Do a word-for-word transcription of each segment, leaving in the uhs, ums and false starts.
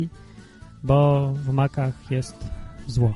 bo w makach jest zło.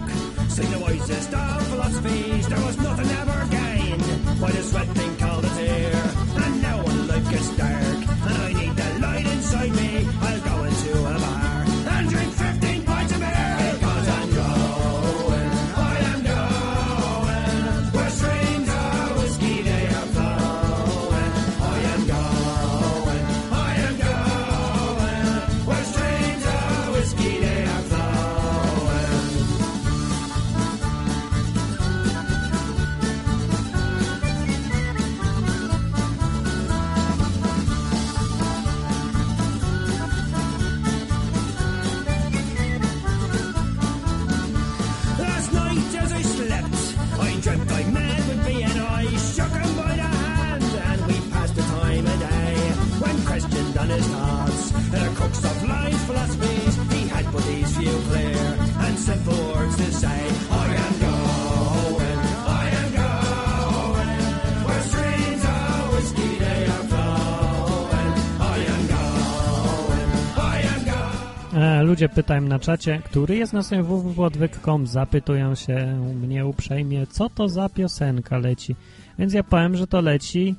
Ludzie pytają na czacie, który jest na stronie w w w kropka odwyk kropka com, zapytują się mnie uprzejmie, co to za piosenka leci. Więc ja powiem, że to leci...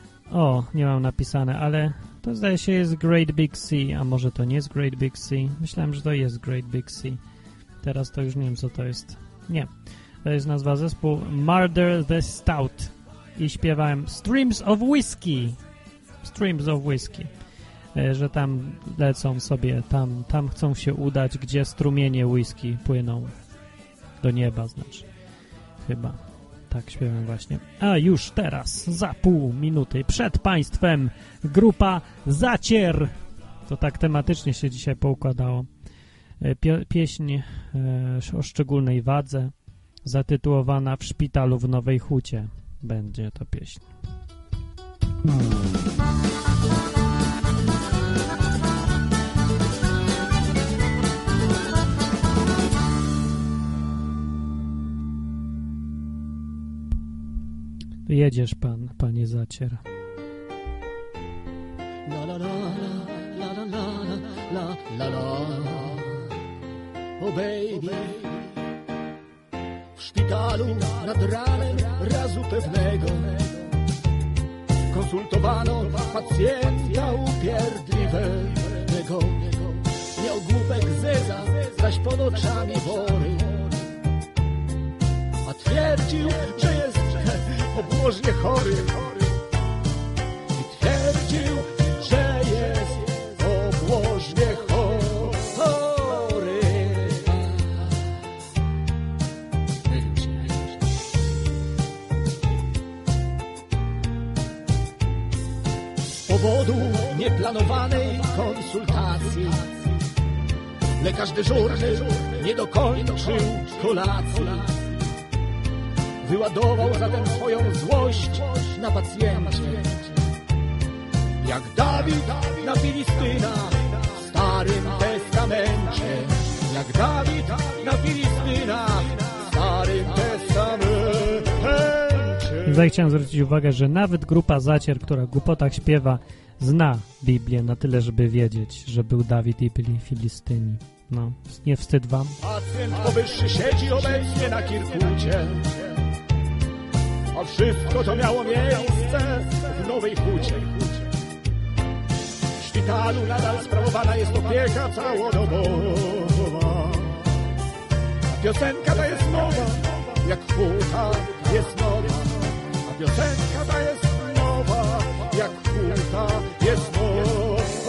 O, nie mam napisane, ale to zdaje się jest Great Big Sea, a może to nie jest Great Big Sea? Myślałem, że to jest Great Big Sea. Teraz to już nie wiem, co to jest. Nie. To jest nazwa zespół Murder the Stout. I śpiewałem Streams of Whiskey. Streams of Whiskey. Że tam lecą sobie, tam, tam chcą się udać, gdzie strumienie whisky płyną do nieba, znaczy. Chyba. Tak śpiewam właśnie. A już teraz, za pół minuty przed Państwem grupa Zacier. To tak tematycznie się dzisiaj poukładało. Pie pieśń e, o szczególnej wadze, zatytułowana W szpitalu w Nowej Hucie. Będzie to pieśń. Jedziesz pan, panie Zacier. La la la la la la la la la. Oh baby. W szpitalu nad ranem razu pewnego konsultowano pacjenta upierdliwego. Miał głupek zeza, zaś pod oczami wory, a twierdził, że jest obłożnie chory. I twierdził, że jest obłożnie chory. Z powodu nieplanowanej konsultacji lekarz dyżurny nie dokończył kolacji. Wyładował zatem swoją złość na pacjencie, jak Dawid na Filistyna w Starym Testamencie. Jak Dawid na Filistyna w Starym Testamencie. Tutaj chciałem zwrócić uwagę, że nawet grupa Zacier, która w głupotach śpiewa, zna Biblię na tyle, żeby wiedzieć, że był Dawid i byli Filistyni. No, nie wstyd wam? Pacjent powyższy siedzi obecnie na Kirkucie, a wszystko to miało miejsce w Nowej Hucie. W szpitalu nadal sprawowana jest opieka całodobowa. A piosenka ta jest nowa, jak huta jest nowa. A piosenka ta jest nowa, jak huta jest nowa.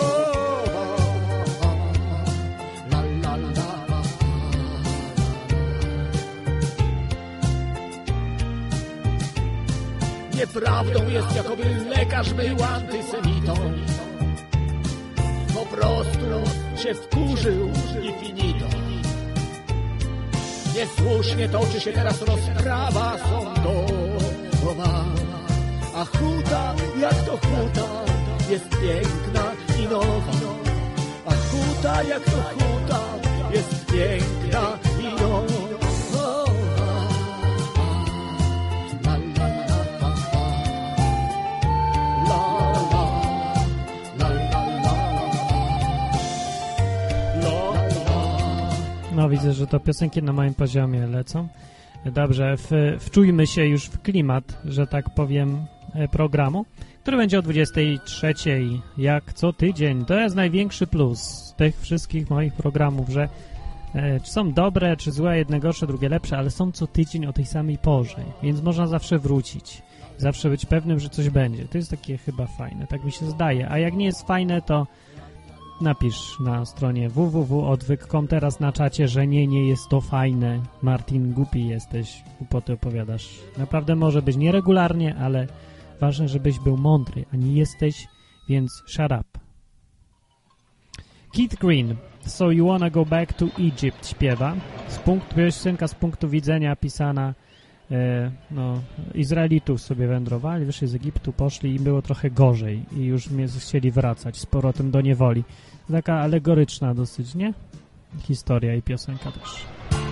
Nieprawdą jest, jakoby lekarz był antysemitą. Po prostu się wkurzył i finito. Niesłusznie toczy się teraz rozprawa sądowa. A huta, jak to huta, jest piękna i nowa. A huta, jak to huta, jest piękna i nowa. La No, widzę, że to piosenki na moim poziomie lecą. Dobrze, w, wczujmy się już w klimat, że tak powiem, programu, który będzie o dwudziestej trzeciej, jak co tydzień. To jest największy plus tych wszystkich moich programów, że e, czy są dobre, czy złe, jedne gorsze, drugie lepsze, ale są co tydzień o tej samej porze, więc można zawsze wrócić. Zawsze być pewnym, że coś będzie. To jest takie chyba fajne, tak mi się zdaje. A jak nie jest fajne, to napisz na stronie w w w kropka odwyk kropka com teraz na czacie, że nie, nie jest to fajne. Martin, głupi jesteś, głupoty opowiadasz. Naprawdę może być nieregularnie, ale ważne, żebyś był mądry, a nie jesteś, więc shut up. Keith Green, So You Wanna Go Back to Egypt śpiewa. Z punktu, piosenka z punktu widzenia pisana e, no, Izraelitów sobie wędrowali, wyszli z Egiptu, poszli i było trochę gorzej i już mnie chcieli wracać z powrotem do niewoli. Taka alegoryczna dosyć, nie? Historia i piosenka też.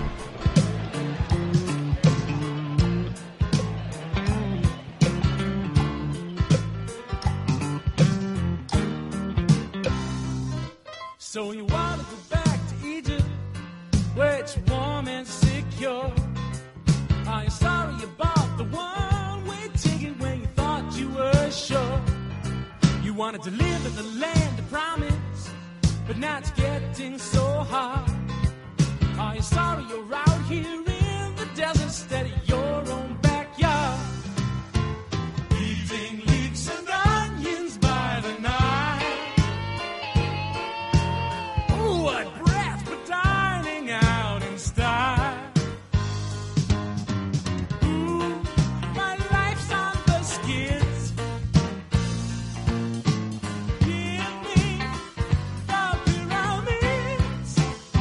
So you want to go back to Egypt, where it's warm and secure. Are you sorry about the one-way ticket when you thought you were sure? You wanted to live in the land of promise, but now it's getting so hard. Are you sorry you're out here in the desert instead of your own backyard? Eating leeks and onions by the night. What breath for dining out in style. Ooh, my life's on the skids. Give me the pyramids.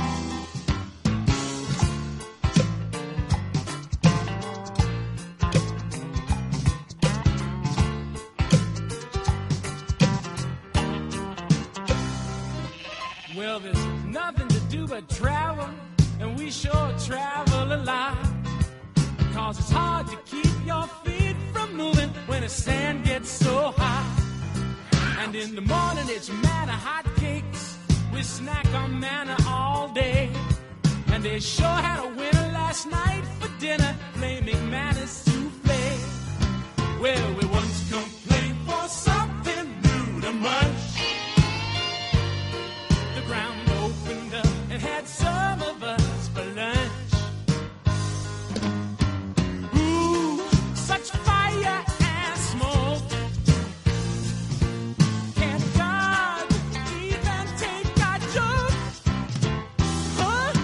Well, there's nothing to do but travel, and we sure travel a lot. Cause it's hard to keep your feet from moving when the sand gets so hot. And in the morning it's manna hot cakes. We snack on manna all day. And they sure had a winner last night for dinner, flaming manna souffle. Well, we once complained for something new to munch. The ground opened up and had some of us for lunch. Ooh, such fire and smoke. Can God even take our joke? Huh?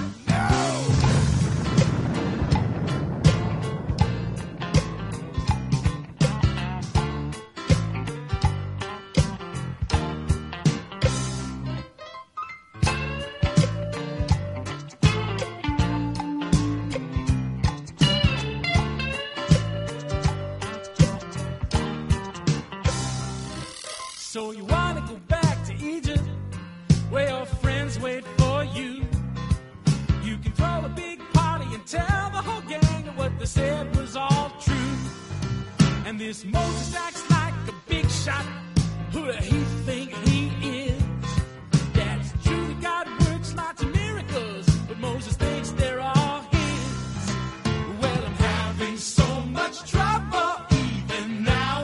So you wanna go back to Egypt, where your friends wait for you. You can throw a big party and tell the whole gang that what they said was all true. And this Moses acts like a big shot. Who do he think he is? That's true that God works lots of miracles, but Moses thinks they're all his. Well, I'm having so much trouble even now.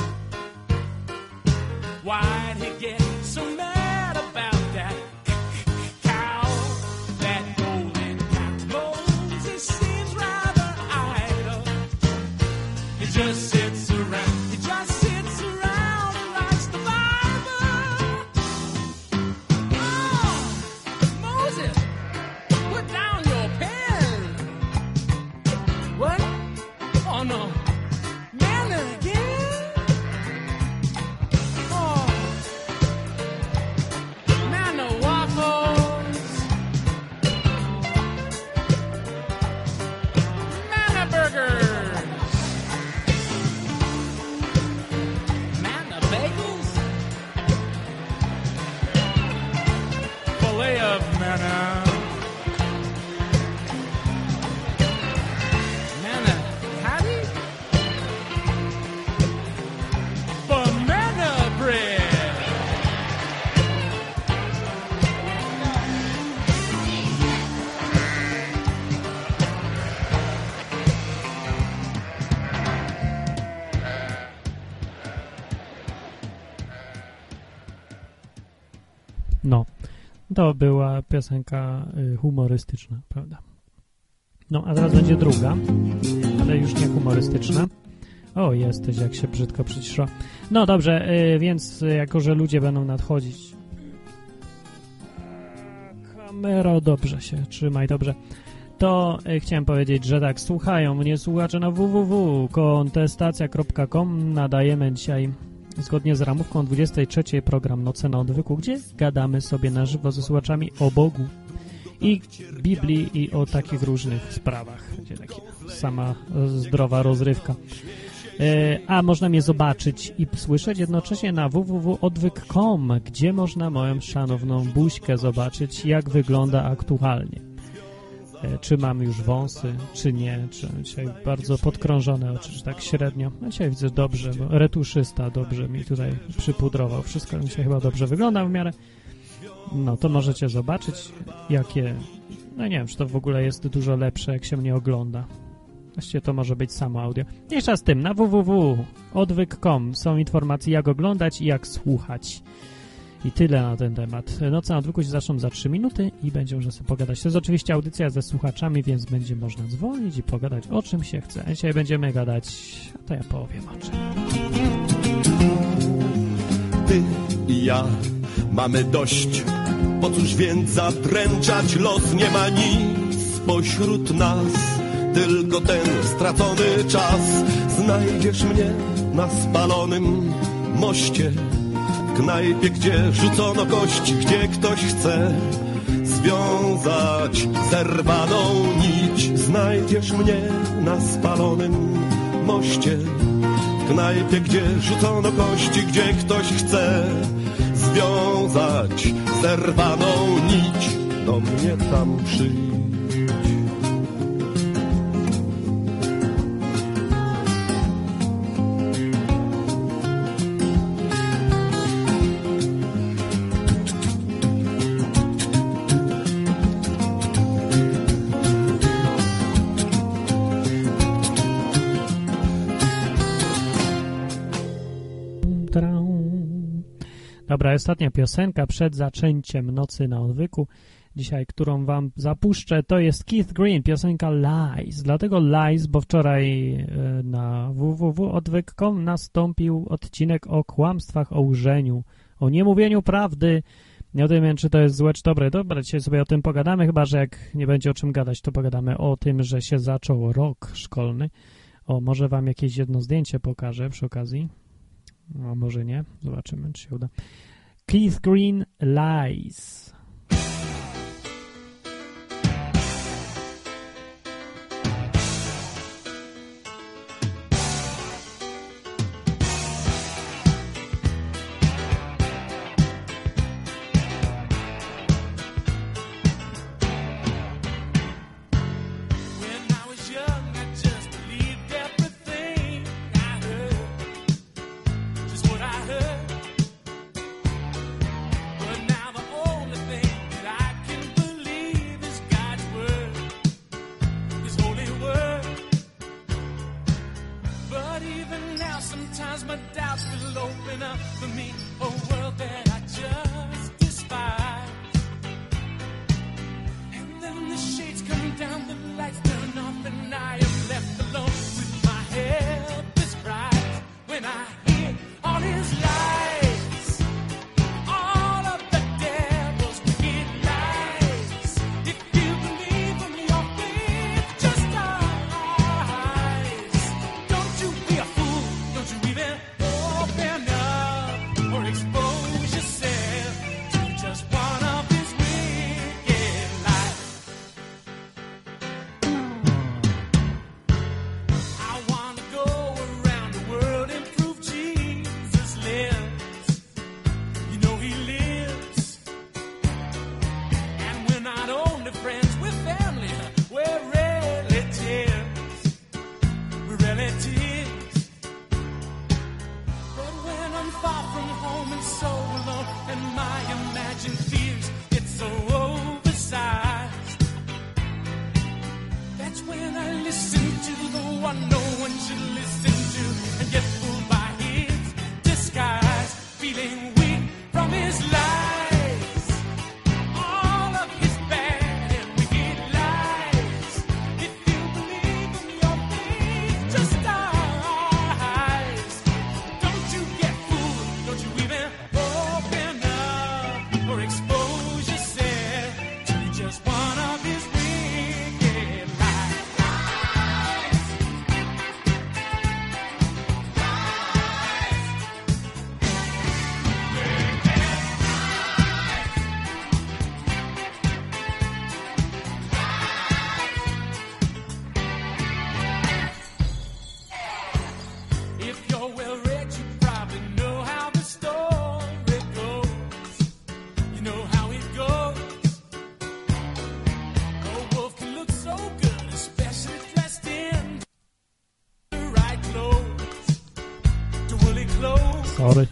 Why'd he get so mad about that cow? That golden calf to Moses seems rather idle. He just sits around, he just sits around and writes the Bible. Oh, Moses, put down your pen. What? Oh no, manna again? Oh, manna waffles, manna burgers, manna bagels, filet of manna, manna patty, banana bread. to była piosenka humorystyczna, prawda? No, a teraz będzie druga, ale już nie humorystyczna. O, jesteś, jak się brzydko przyciszyło. No dobrze, więc jako, że ludzie będą nadchodzić... Kamero, dobrze się, trzymaj, dobrze. To y, chciałem powiedzieć, że tak, słuchają mnie słuchacze na w w w kropka kontestacja kropka com. Nadajemy dzisiaj, zgodnie z ramówką dwudziestej trzeciej, program Noce na Odwyku, gdzie gadamy sobie na żywo ze słuchaczami o Bogu i Biblii i o takich różnych sprawach. Będzie taka sama zdrowa rozrywka. Y, a można mnie zobaczyć i słyszeć jednocześnie na w w w kropka odwyk kropka com, gdzie można moją szanowną buźkę zobaczyć, jak wygląda aktualnie. Czy mam już wąsy, czy nie, czy dzisiaj bardzo podkrążone oczy, czy tak średnio. No dzisiaj widzę dobrze, bo retuszysta dobrze mi tutaj przypudrował. Wszystko mi się chyba dobrze wygląda w miarę. No to możecie zobaczyć, jakie... No nie wiem, czy to w ogóle jest dużo lepsze, jak się mnie ogląda. Właściwie to może być samo audio. Mniejsza z tym, na w w w kropka odwyk kropka com są informacje, jak oglądać i jak słuchać. I tyle na ten temat. Noce na Odwyku się zaczną za trzy minuty i będzie można sobie pogadać. To jest oczywiście audycja ze słuchaczami, więc będzie można dzwonić i pogadać o czym się chce. A dzisiaj będziemy gadać, a to ja powiem o czym. Ty i ja mamy dość, po cóż więc zadręczać los? Nie ma nic pośród nas, tylko ten stracony czas. Znajdziesz mnie na spalonym moście, w knajpie, gdzie rzucono kości, gdzie ktoś chce związać zerwaną nić. Znajdziesz mnie na spalonym moście, w knajpie, gdzie rzucono kości, gdzie ktoś chce związać zerwaną nić. Do mnie tam przyjdź. Dobra, ostatnia piosenka przed zaczęciem Nocy na Odwyku, dzisiaj, którą wam zapuszczę, to jest Keith Green, piosenka Lies. Dlatego Lies, bo wczoraj na w w w kropka odwyk kropka com nastąpił odcinek o kłamstwach, o łżeniu, o niemówieniu prawdy. Nie wiem, czy to jest złe, czy dobre. Dobra, dzisiaj sobie o tym pogadamy, chyba że jak nie będzie o czym gadać, to pogadamy o tym, że się zaczął rok szkolny. O, może wam jakieś jedno zdjęcie pokażę przy okazji. A może nie. Zobaczymy, czy się uda. Keith Green, Lies. Sorry.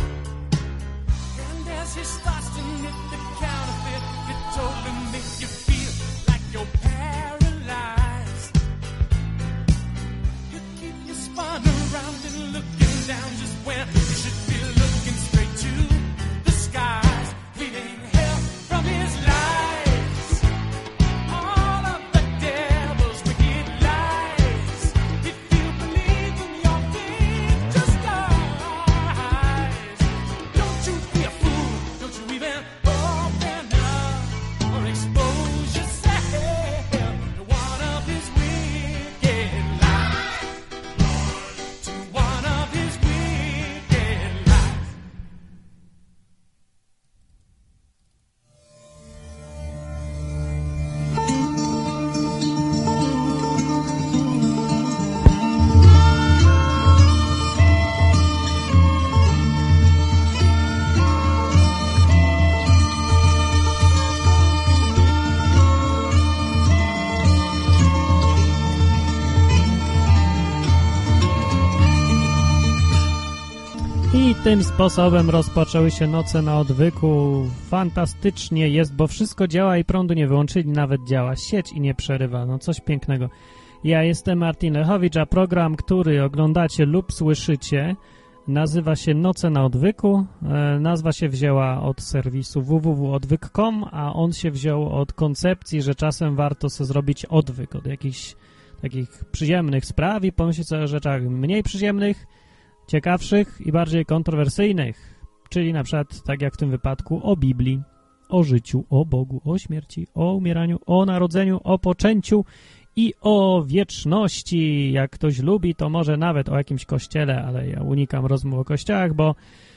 I tym sposobem rozpoczęły się noce na odwyku. Fantastycznie jest, bo wszystko działa i prądu nie wyłączyli, nawet działa sieć i nie przerywa. No coś pięknego. Ja jestem Martin Lechowicz, a program, który oglądacie lub słyszycie, nazywa się Noce na odwyku. E, nazwa się wzięła od serwisu w w w kropka odwyk kropka com, a on się wziął od koncepcji, że czasem warto sobie zrobić odwyk od jakichś takich przyziemnych spraw i pomyśleć sobie o rzeczach mniej przyziemnych, ciekawszych i bardziej kontrowersyjnych, czyli na przykład, tak jak w tym wypadku, o Biblii, o życiu, o Bogu, o śmierci, o umieraniu, o narodzeniu, o poczęciu i o wieczności. Jak ktoś lubi, to może nawet o jakimś kościele, ale ja unikam rozmów o kościołach, bo,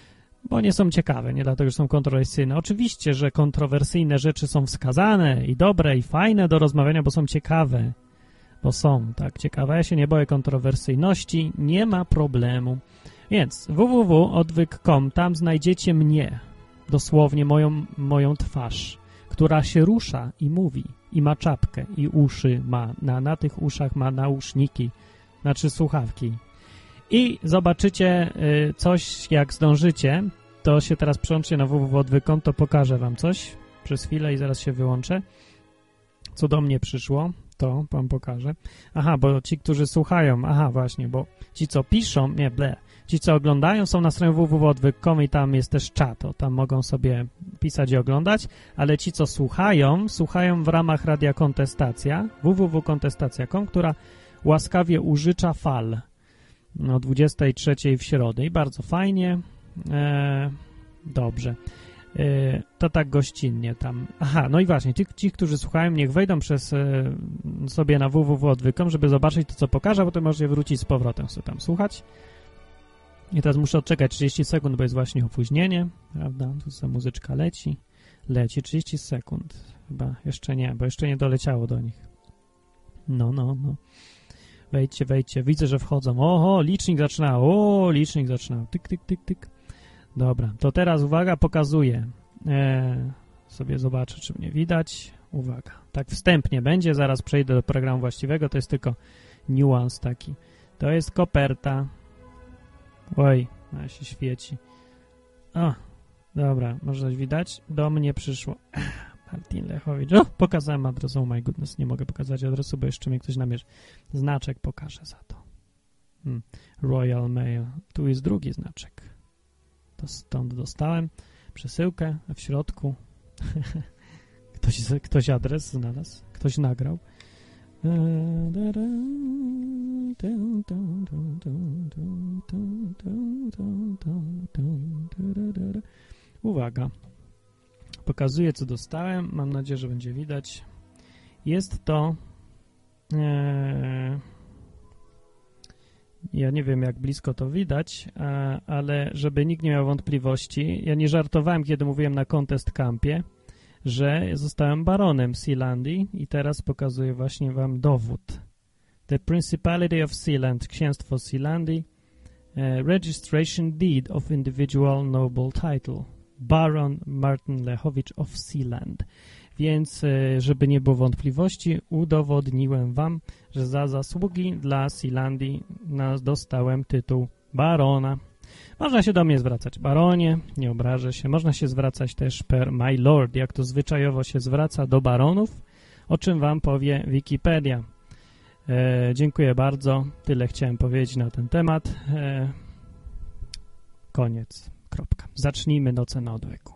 bo nie są ciekawe, nie dlatego, że są kontrowersyjne. Oczywiście, że kontrowersyjne rzeczy są wskazane i dobre, i fajne do rozmawiania, bo są ciekawe, bo są tak ciekawe. Ja się nie boję kontrowersyjności, nie ma problemu. Więc w w w kropka odwyk kropka com, tam znajdziecie mnie, dosłownie moją, moją twarz, która się rusza i mówi, i ma czapkę, i uszy ma, na, na tych uszach ma nauszniki, znaczy słuchawki. I zobaczycie y, coś, jak zdążycie, to się teraz przełączcie na w w w kropka odwyk kropka com, to pokażę wam coś przez chwilę i zaraz się wyłączę. Co do mnie przyszło, to wam pokażę. Aha, bo ci, którzy słuchają, aha, właśnie, bo ci, co piszą, nie, ble, ci, co oglądają, są na stronie w w w kropka odwyk kropka com i tam jest też czat, to tam mogą sobie pisać i oglądać, ale ci, co słuchają, słuchają w ramach Radia Kontestacja, w w w kropka kontestacja kropka com, która łaskawie użycza fal o dwudziestej trzeciej w środę i bardzo fajnie, e, dobrze. Yy, to tak gościnnie tam. Aha, no i właśnie, ci, ci którzy słuchają, niech wejdą przez yy, sobie na w w w kropka odwyk kropka com, żeby zobaczyć to, co pokażę, bo to możecie wrócić z powrotem sobie tam słuchać. I teraz muszę odczekać trzydzieści sekund, bo jest właśnie opóźnienie, prawda? Tu sobie muzyczka leci. Leci trzydzieści sekund. Chyba jeszcze nie, bo jeszcze nie doleciało do nich. No, no, no. Wejdźcie, wejdźcie. Widzę, że wchodzą. Oho, licznik zaczyna. O, licznik zaczyna. Tyk, tyk, tyk, tyk. Dobra, to teraz uwaga, pokazuję. E, sobie zobaczę, czy mnie widać. Uwaga, tak wstępnie będzie, zaraz przejdę do programu właściwego, to jest tylko niuans taki. To jest koperta. Oj, ona się świeci. O, dobra, może coś widać? Do mnie przyszło. Martin Lechowicz. O, pokazałem adres. Oh my goodness, nie mogę pokazać adresu, bo jeszcze mnie ktoś namierzy. Znaczek pokażę za to. Hmm. Royal Mail. Tu jest drugi znaczek. To stąd dostałem przesyłkę, a w środku ktoś, ktoś adres znalazł, ktoś nagrał. Uwaga, pokazuję, co dostałem, mam nadzieję, że będzie widać. Jest to e, ja nie wiem, jak blisko to widać, ale żeby nikt nie miał wątpliwości, ja nie żartowałem, kiedy mówiłem na Contest Campie, że zostałem baronem Sealandii i teraz pokazuję właśnie wam dowód. The Principality of Sealand, Księstwo Sealandii, uh, Registration Deed of Individual Noble Title, Baron Martin Lechowicz of Sealand. Więc, żeby nie było wątpliwości, udowodniłem wam, że za zasługi dla Sealandii dostałem tytuł barona. Można się do mnie zwracać baronie, nie obrażę się. Można się zwracać też per my lord, jak to zwyczajowo się zwraca do baronów, o czym wam powie Wikipedia. E, dziękuję bardzo. Tyle chciałem powiedzieć na ten temat. E, koniec. Kropka. Zacznijmy Noce na odwyku.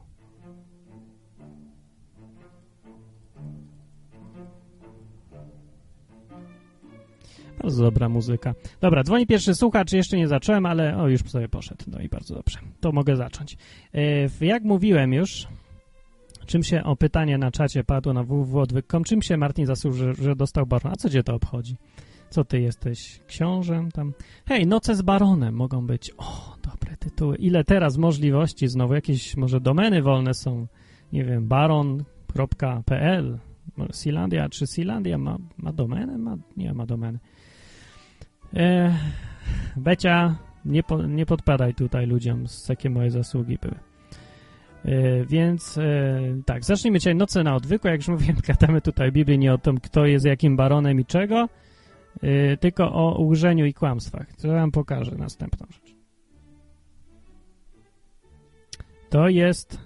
Bardzo dobra muzyka. Dobra, dzwoni pierwszy słuchacz, jeszcze nie zacząłem, ale o, już sobie poszedł. No i bardzo dobrze. To mogę zacząć. E, jak mówiłem już, czym się o pytanie na czacie padło na w w w odwyk kropka com, czym się Martin zasłużył, że, że dostał baron? A co cię to obchodzi? Co ty jesteś? Książem tam? Hej, Noce z baronem mogą być. O, dobre tytuły. Ile teraz możliwości znowu? Jakieś może domeny wolne są? Nie wiem, baron kropka p l. Sealandia, czy Sealandia ma, ma domenę? Ma, nie ma domeny. E, Becia, nie, po, nie podpadaj tutaj ludziom, z jakie moje zasługi były. E, więc e, tak, zacznijmy dzisiaj Noce na odwyku. Jak już mówiłem, gadamy tutaj w Biblii nie o tym, kto jest jakim baronem i czego, e, tylko o łżeniu i kłamstwach. To wam pokażę następną rzecz. To jest...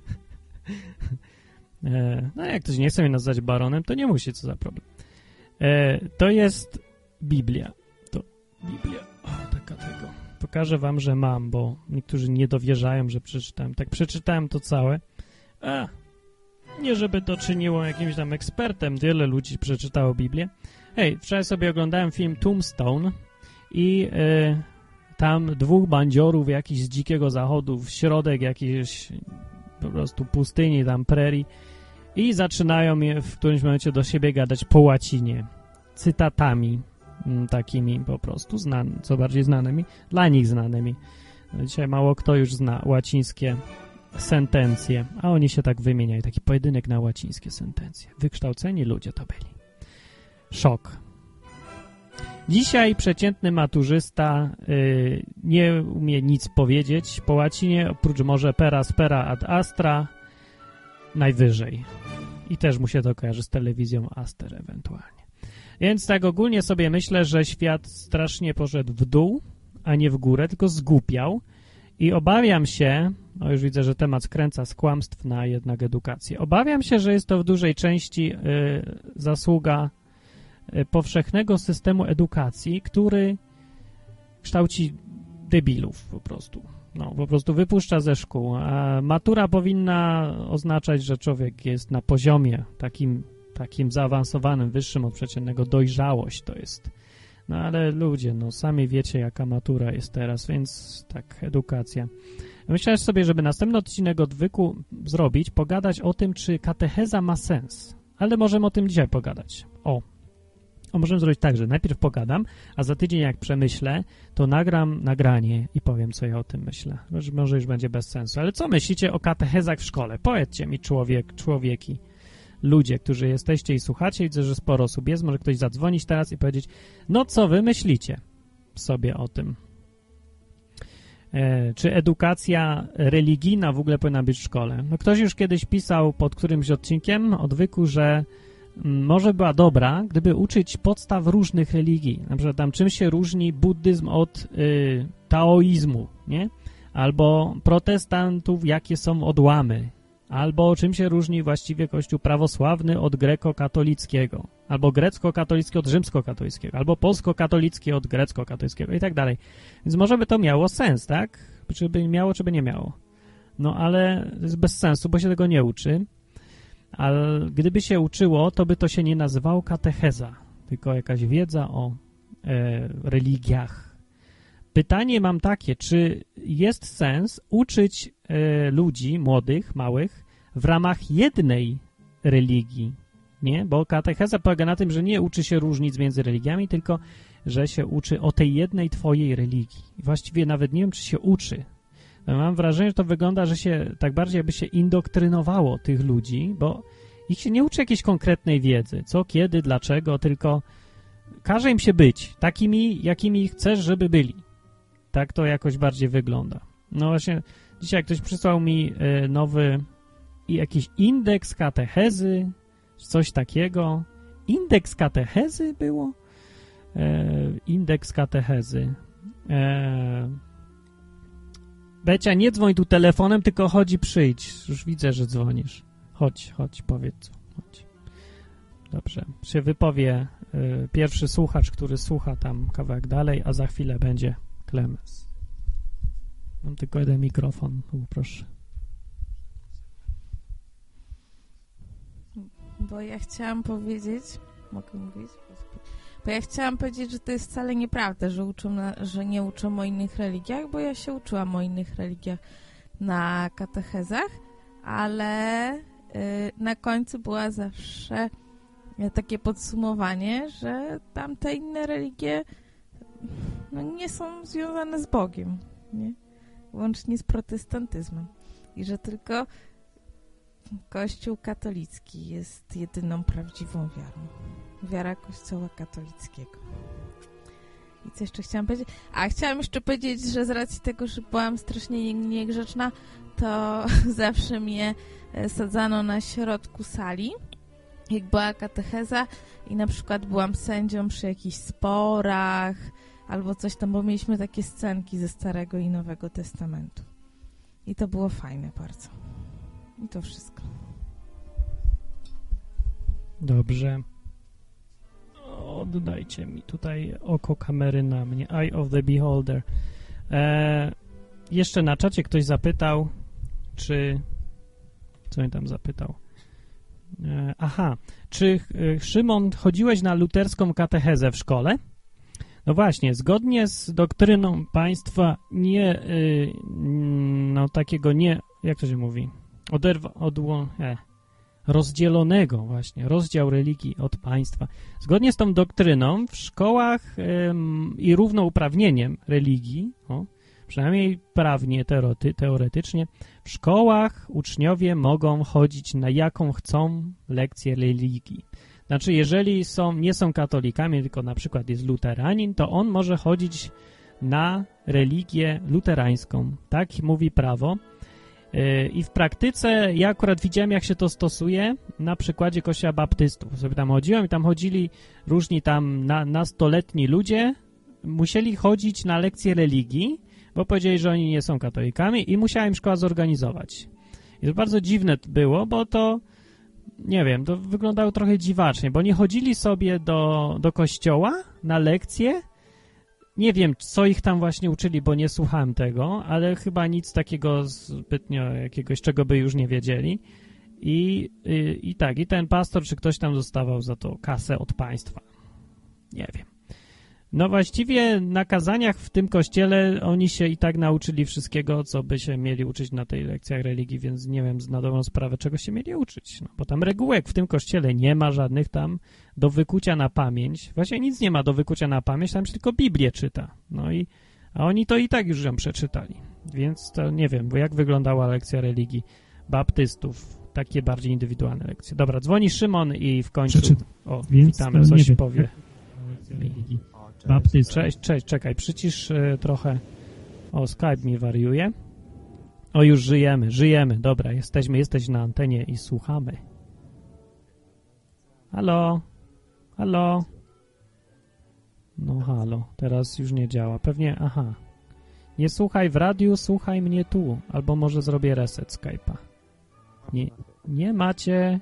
e, no jak ktoś nie chce mnie nazwać baronem, to nie musi, co za problem. E, to jest Biblia. To Biblia. O, taka tego. Pokażę wam, że mam, bo niektórzy nie dowierzają, że przeczytałem. Tak przeczytałem to całe. A, nie żeby to czyniło jakimś tam ekspertem. Wiele ludzi przeczytało Biblię. Hej, wczoraj sobie oglądałem film Tombstone i y, tam dwóch bandziorów jakiś z dzikiego zachodu w środek jakiejś po prostu pustyni, tam prerii i zaczynają je w którymś momencie do siebie gadać po łacinie. Cytatami takimi po prostu, znan, co bardziej znanymi, dla nich znanymi. Dzisiaj mało kto już zna łacińskie sentencje, a oni się tak wymieniają. Taki pojedynek na łacińskie sentencje. Wykształceni ludzie to byli. Szok. Dzisiaj przeciętny maturzysta y, nie umie nic powiedzieć po łacinie, oprócz może pera spera ad astra najwyżej. I też mu się to kojarzy z telewizją Aster ewentualnie. Więc tak ogólnie sobie myślę, że świat strasznie poszedł w dół, a nie w górę, tylko zgłupiał i obawiam się, no już widzę, że temat skręca z kłamstw na jednak edukację, obawiam się, że jest to w dużej części y, zasługa y, powszechnego systemu edukacji, który kształci debilów po prostu. No, po prostu wypuszcza ze szkół. A matura powinna oznaczać, że człowiek jest na poziomie takim takim zaawansowanym, wyższym od przeciętnego. Dojrzałość to jest. No ale ludzie, no sami wiecie, jaka matura jest teraz, więc tak, edukacja. Myślałem sobie, żeby następny odcinek odwyku zrobić, pogadać o tym, czy katecheza ma sens. Ale możemy o tym dzisiaj pogadać. O, o możemy zrobić tak, że najpierw pogadam, a za tydzień jak przemyślę, to nagram nagranie i powiem, co ja o tym myślę. Może już będzie bez sensu. Ale co myślicie o katechezach w szkole? Powiedzcie mi, człowiek, człowieki. Ludzie, którzy jesteście i słuchacie, widzę, że sporo osób jest, może ktoś zadzwonić teraz i powiedzieć, no co wy myślicie sobie o tym? E, czy edukacja religijna w ogóle powinna być w szkole? No ktoś już kiedyś pisał pod którymś odcinkiem odwyku, że m, może była dobra, gdyby uczyć podstaw różnych religii. Na przykład tam czym się różni buddyzm od y, taoizmu, nie? Albo protestantów, jakie są odłamy. Albo czym się różni właściwie Kościół prawosławny od grekokatolickiego, albo grecko-katolicki od rzymskokatolickiego, albo polsko-katolicki od grecko-katolickiego i tak dalej. Więc może by to miało sens, tak? Czy by miało, czy by nie miało. No ale to jest bez sensu, bo się tego nie uczy. Ale gdyby się uczyło, to by to się nie nazywało katecheza, tylko jakaś wiedza o e, religiach. Pytanie mam takie, czy jest sens uczyć e, ludzi, młodych, małych, w ramach jednej religii, nie? Bo katecheza polega na tym, że nie uczy się różnic między religiami, tylko że się uczy o tej jednej twojej religii. I właściwie nawet nie wiem, czy się uczy. No, mam wrażenie, że to wygląda, że się tak bardziej jakby się indoktrynowało tych ludzi, bo ich się nie uczy jakiejś konkretnej wiedzy, co, kiedy, dlaczego, tylko każe im się być takimi, jakimi chcesz, żeby byli. Tak to jakoś bardziej wygląda. No właśnie, dzisiaj ktoś przysłał mi y, nowy i jakiś indeks katechezy, coś takiego. Indeks katechezy było? E, indeks katechezy. E, Becia, nie dzwoń tu telefonem, tylko chodź i przyjdź. Już widzę, że dzwonisz. Chodź, chodź, powiedz. Chodź. Dobrze. Się wypowie y, pierwszy słuchacz, który słucha tam kawałek dalej, a za chwilę będzie Klemens. Mam tylko jeden mikrofon. U, proszę. Bo ja chciałam powiedzieć... Mogę mówić? Bo ja chciałam powiedzieć, że to jest wcale nieprawda, że, uczą na, że nie uczą o innych religiach, bo ja się uczyłam o innych religiach na katechezach, ale y, na końcu była zawsze takie podsumowanie, że tamte inne religie no, nie są związane z Bogiem, nie? Łącznie z protestantyzmem. I że tylko Kościół katolicki jest jedyną prawdziwą wiarą. Wiara Kościoła katolickiego. I co jeszcze chciałam powiedzieć? A chciałam jeszcze powiedzieć, że z racji tego, że byłam strasznie niegrzeczna, to zawsze mnie sadzano na środku sali, jak była katecheza i na przykład byłam sędzią przy jakichś sporach albo coś tam, bo mieliśmy takie scenki ze Starego i Nowego Testamentu. I to było fajne bardzo. I to wszystko. Dobrze. Oddajcie mi tutaj oko kamery na mnie. Eye of the Beholder. E, jeszcze na czacie ktoś zapytał, czy... Co mi tam zapytał? E, aha. Czy e, Szymon, chodziłeś na luterską katechezę w szkole? No właśnie, zgodnie z doktryną państwa nie... Y, no takiego nie... Jak to się mówi? Oderwa... Odło... E. rozdzielonego właśnie, rozdział religii od państwa. Zgodnie z tą doktryną w szkołach ym, i równouprawnieniem religii, o, przynajmniej prawnie, teorety, teoretycznie, w szkołach uczniowie mogą chodzić na jaką chcą lekcję religii. Znaczy, jeżeli są, nie są katolikami, tylko na przykład jest luteranin, to on może chodzić na religię luterańską. Tak mówi prawo. I w praktyce ja akurat widziałem, jak się to stosuje na przykładzie kościoła baptystów. Sobie tam chodziłem i tam chodzili różni tam na, nastoletni ludzie, musieli chodzić na lekcje religii, bo powiedzieli, że oni nie są katolikami i musiała im szkoła zorganizować. I to bardzo dziwne było, bo to, nie wiem, to wyglądało trochę dziwacznie, bo nie chodzili sobie do, do kościoła na lekcje. Nie wiem, co ich tam właśnie uczyli, bo nie słuchałem tego, ale chyba nic takiego zbytnio jakiegoś, czego by już nie wiedzieli. I, i, i tak, i ten pastor, czy ktoś tam dostawał za to kasę od państwa. Nie wiem. No właściwie na kazaniach w tym kościele oni się i tak nauczyli wszystkiego, co by się mieli uczyć na tej lekcjach religii, więc nie wiem na dobrą sprawę, czego się mieli uczyć. No, bo tam regułek w tym kościele nie ma żadnych tam do wykucia na pamięć. Właśnie nic nie ma do wykucia na pamięć, tam się tylko Biblię czyta. No i, a oni to i tak już ją przeczytali. Więc to nie wiem, bo jak wyglądała lekcja religii baptystów, takie bardziej indywidualne lekcje. Dobra, dzwoni Szymon i w końcu, Przeczytam. o, Więc witamy, coś wiem, powie. Religii. Baptyst. Cześć, cześć, czekaj, przycisz y, trochę. O, Skype mi wariuje. O, już żyjemy, żyjemy. Dobra, jesteśmy, jesteś na antenie i słuchamy. Halo? Halo? No halo, teraz już nie działa. Pewnie, aha. Nie słuchaj w radiu, słuchaj mnie tu. Albo może zrobię reset Skype'a. Nie, nie macie.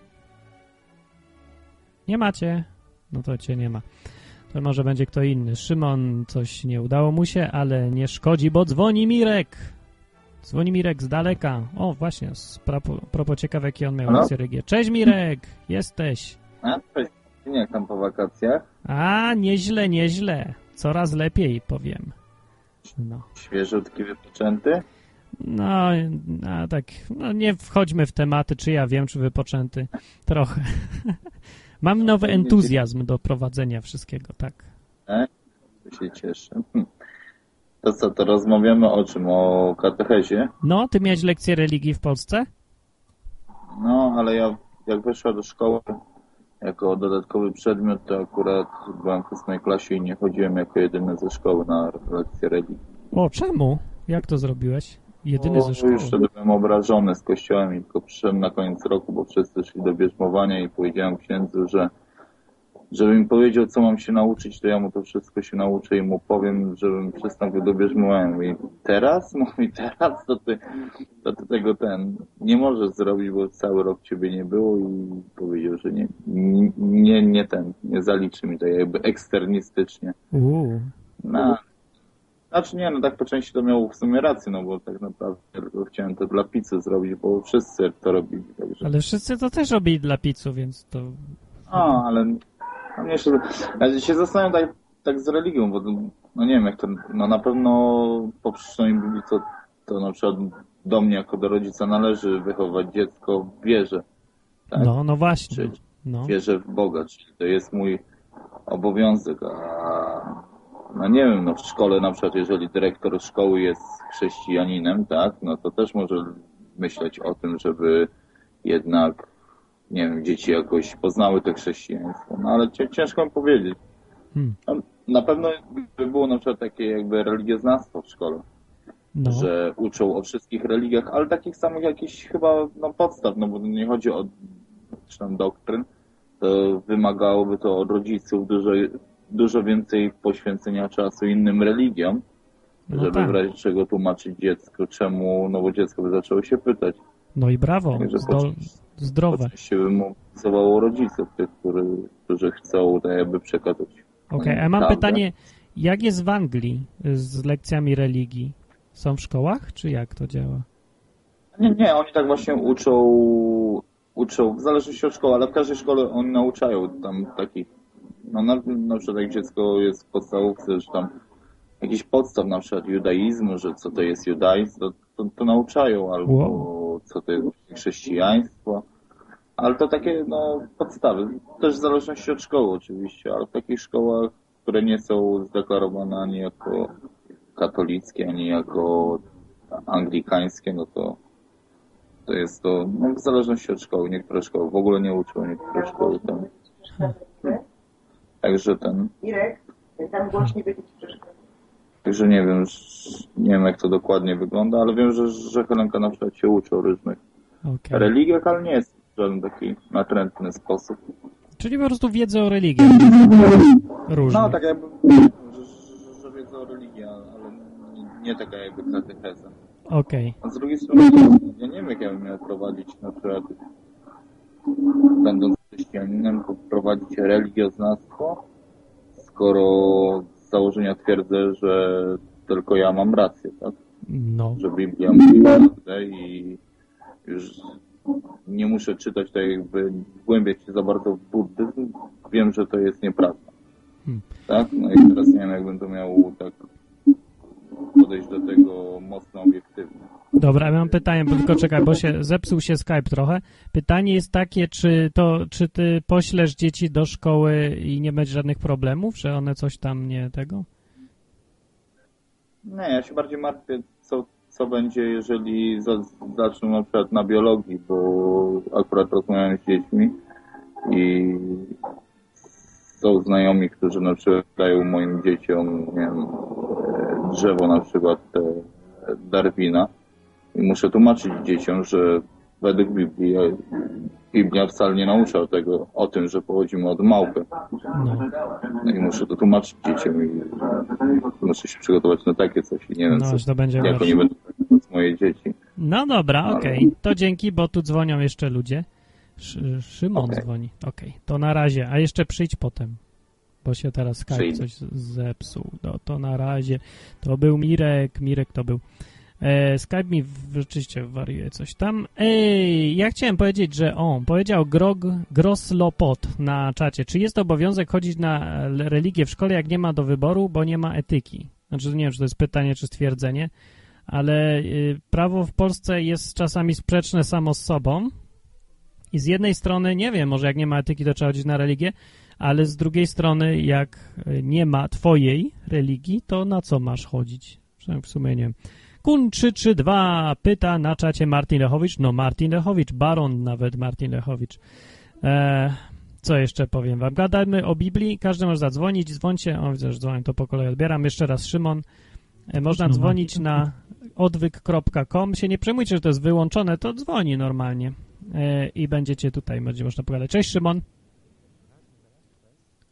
Nie macie. No to cię nie ma. To może będzie kto inny. Szymon, coś nie udało mu się, ale nie szkodzi, bo dzwoni Mirek. Dzwoni Mirek z daleka. O, właśnie, z prapo, propos ciekawe, jakie on miał lekcje religii. Cześć Mirek, jesteś. A, cześć. Jak tam po wakacjach? A, nieźle, nieźle. Coraz lepiej, powiem. No. Świeżutki, wypoczęty? No, a tak, no nie wchodźmy w tematy, czy ja wiem, czy wypoczęty. Trochę. Mam nowy entuzjazm do prowadzenia wszystkiego, tak. E? To się cieszę. To co, to rozmawiamy o czym? O katechezie? No, ty miałeś lekcję religii w Polsce? No, ale ja jak weszła do szkoły jako dodatkowy przedmiot, to akurat byłem w ósmej klasie i nie chodziłem jako jedyny ze szkoły na lekcję religii. O, czemu? Jak to zrobiłeś? Jedyny bo ze szkoły? Już wtedy byłem obrażony z kościołem i tylko przyszedłem na koniec roku, bo wszyscy szli do bierzmowania i powiedziałem księdzu, że Żeby mi powiedział, co mam się nauczyć, to ja mu to wszystko się nauczę i mu powiem, żebym przystąpił do bierzmowania. I teraz? Mówi, teraz to ty, to ty tego ten nie możesz zrobić, bo cały rok ciebie nie było i powiedział, że nie, nie, nie ten, nie zaliczy mi to jakby eksternistycznie. Uuu. No. Znaczy nie, no tak po części to miało w sumie rację, no bo tak naprawdę tylko chciałem to dla pizzy zrobić, bo wszyscy to robili. Także... Ale wszyscy to też robili dla pizzu, więc to... A, ale... A mnie jeszcze... Ja się zastanawiam tak, tak z religią, bo no nie wiem jak to... No na pewno po przeczytaniu Biblii to, to na przykład do mnie jako do rodzica należy wychować dziecko w wierze. Tak? No, no właśnie. Czyli no. wierzę w Boga, czyli to jest mój obowiązek, a... No nie wiem, no w szkole na przykład, jeżeli dyrektor szkoły jest chrześcijaninem, tak, no to też może myśleć o tym, żeby jednak, nie wiem, dzieci jakoś poznały to chrześcijaństwo. No ale ciężko mi powiedzieć. Hmm. Na pewno by było na przykład takie jakby religioznawstwo w szkole, no. Że uczą o wszystkich religiach, ale takich samych jakichś chyba no, podstaw, no bo nie chodzi o zresztą doktryn, to wymagałoby to od rodziców dużo dużo więcej poświęcenia czasu innym religiom, no żeby tak. w razie czego tłumaczyć dziecku, czemu, no bo dziecko by zaczęło się pytać. No i brawo, Zdo- zdrowe. się by mobilizowało rodziców, tych, który, którzy chcą tak jakby przekazać. Okej, okay, a mam pytanie, jak jest w Anglii z lekcjami religii? Są w szkołach, czy jak to działa? Nie, nie, oni tak właśnie uczą, uczą, w zależności od szkoły, ale w każdej szkole oni nauczają tam takich. No na, na przykład jak dziecko jest w podstawówce, że tam jakiś podstaw na przykład judaizmu, że co to jest judaizm, to, to, to nauczają, albo wow. co to jest chrześcijaństwo, ale to takie no podstawy, też w zależności od szkoły oczywiście, ale w takich szkołach, które nie są zdeklarowane ani jako katolickie, ani jako anglikańskie, no to to jest to no, w zależności od szkoły. Niektóre szkoły w ogóle nie uczą, niektóre szkoły tam... Także ten... Irek, tam głośniej będzie ci przeszkadzać. Także nie wiem, nie wiem jak to dokładnie wygląda, ale wiem, że, że Helenka na przykład się uczy o różnych okay. religiach, ale nie jest w żaden taki natrętny sposób. Czyli po prostu wiedzę o religii. Różnych. No tak jakby, że, że wiedzę o religii, ale nie, nie taka jakby katecheza. Okej. Okay. A z drugiej strony, ja nie wiem jak ja bym miał prowadzić na przykład, będąc chrześcijaninem, prowadzić religioznawstwo, skoro z założenia twierdzę, że tylko ja mam rację, tak? No. Że Biblia mówi prawdę i już nie muszę czytać tak jakby, wgłębiać się za bardzo w buddyzm. Wiem, że to jest nieprawda. Hmm. Tak? No i teraz nie wiem, jakbym to miał tak podejść do tego mocno obiektywnie. Dobra, ja mam pytanie, bo tylko czekaj, bo się zepsuł się Skype trochę. Pytanie jest takie, czy to, czy ty poślesz dzieci do szkoły i nie będzie żadnych problemów, że one coś tam nie tego? Nie, ja się bardziej martwię, co, co będzie, jeżeli za, zaczną na przykład na biologii, bo akurat rozmawiałem z dziećmi i są znajomi, którzy na przykład dają moim dzieciom, nie wiem, drzewo na przykład te Darwina i muszę tłumaczyć dzieciom, że według Biblii Biblia wcale nie naucza tego, o tym, że pochodzimy od małpy. No. No i muszę to tłumaczyć dzieciom i muszę się przygotować na takie coś i nie wiem, no, coś, to będzie jak oni będą traktować moje dzieci. No dobra, Ale... okej. Okay. To dzięki, bo tu dzwonią jeszcze ludzie. Sz Szymon okay. dzwoni. Okej, okay. To na razie. A jeszcze przyjdź potem, bo się teraz Skype Przyjdę. coś zepsuł. No, to na razie. To był Mirek. Mirek to był. E, Skype mi rzeczywiście wariuje coś tam. Ej, ja chciałem powiedzieć, że on powiedział Grog Groslopot na czacie. Czy jest obowiązek chodzić na religię w szkole, jak nie ma do wyboru, bo nie ma etyki? Znaczy, nie wiem, czy to jest pytanie, czy stwierdzenie, ale y, prawo w Polsce jest czasami sprzeczne samo z sobą i z jednej strony, nie wiem, może jak nie ma etyki, to trzeba chodzić na religię, ale z drugiej strony, jak nie ma twojej religii, to na co masz chodzić? W sumie nie wiem. Kun trzy trzy dwa pyta na czacie Martin Lechowicz. No Martin Lechowicz, baron nawet Martin Lechowicz. Eee, co jeszcze powiem wam? Gadamy o Biblii, każdy może zadzwonić, dzwońcie. O, widzę, że dzwonię, to po kolei odbieram. Jeszcze raz Szymon. E, można no, dzwonić na odwyk kropka com. Się nie przejmujcie, że to jest wyłączone, to dzwoni normalnie. E, I będziecie tutaj, będzie można pogadać. Cześć Szymon.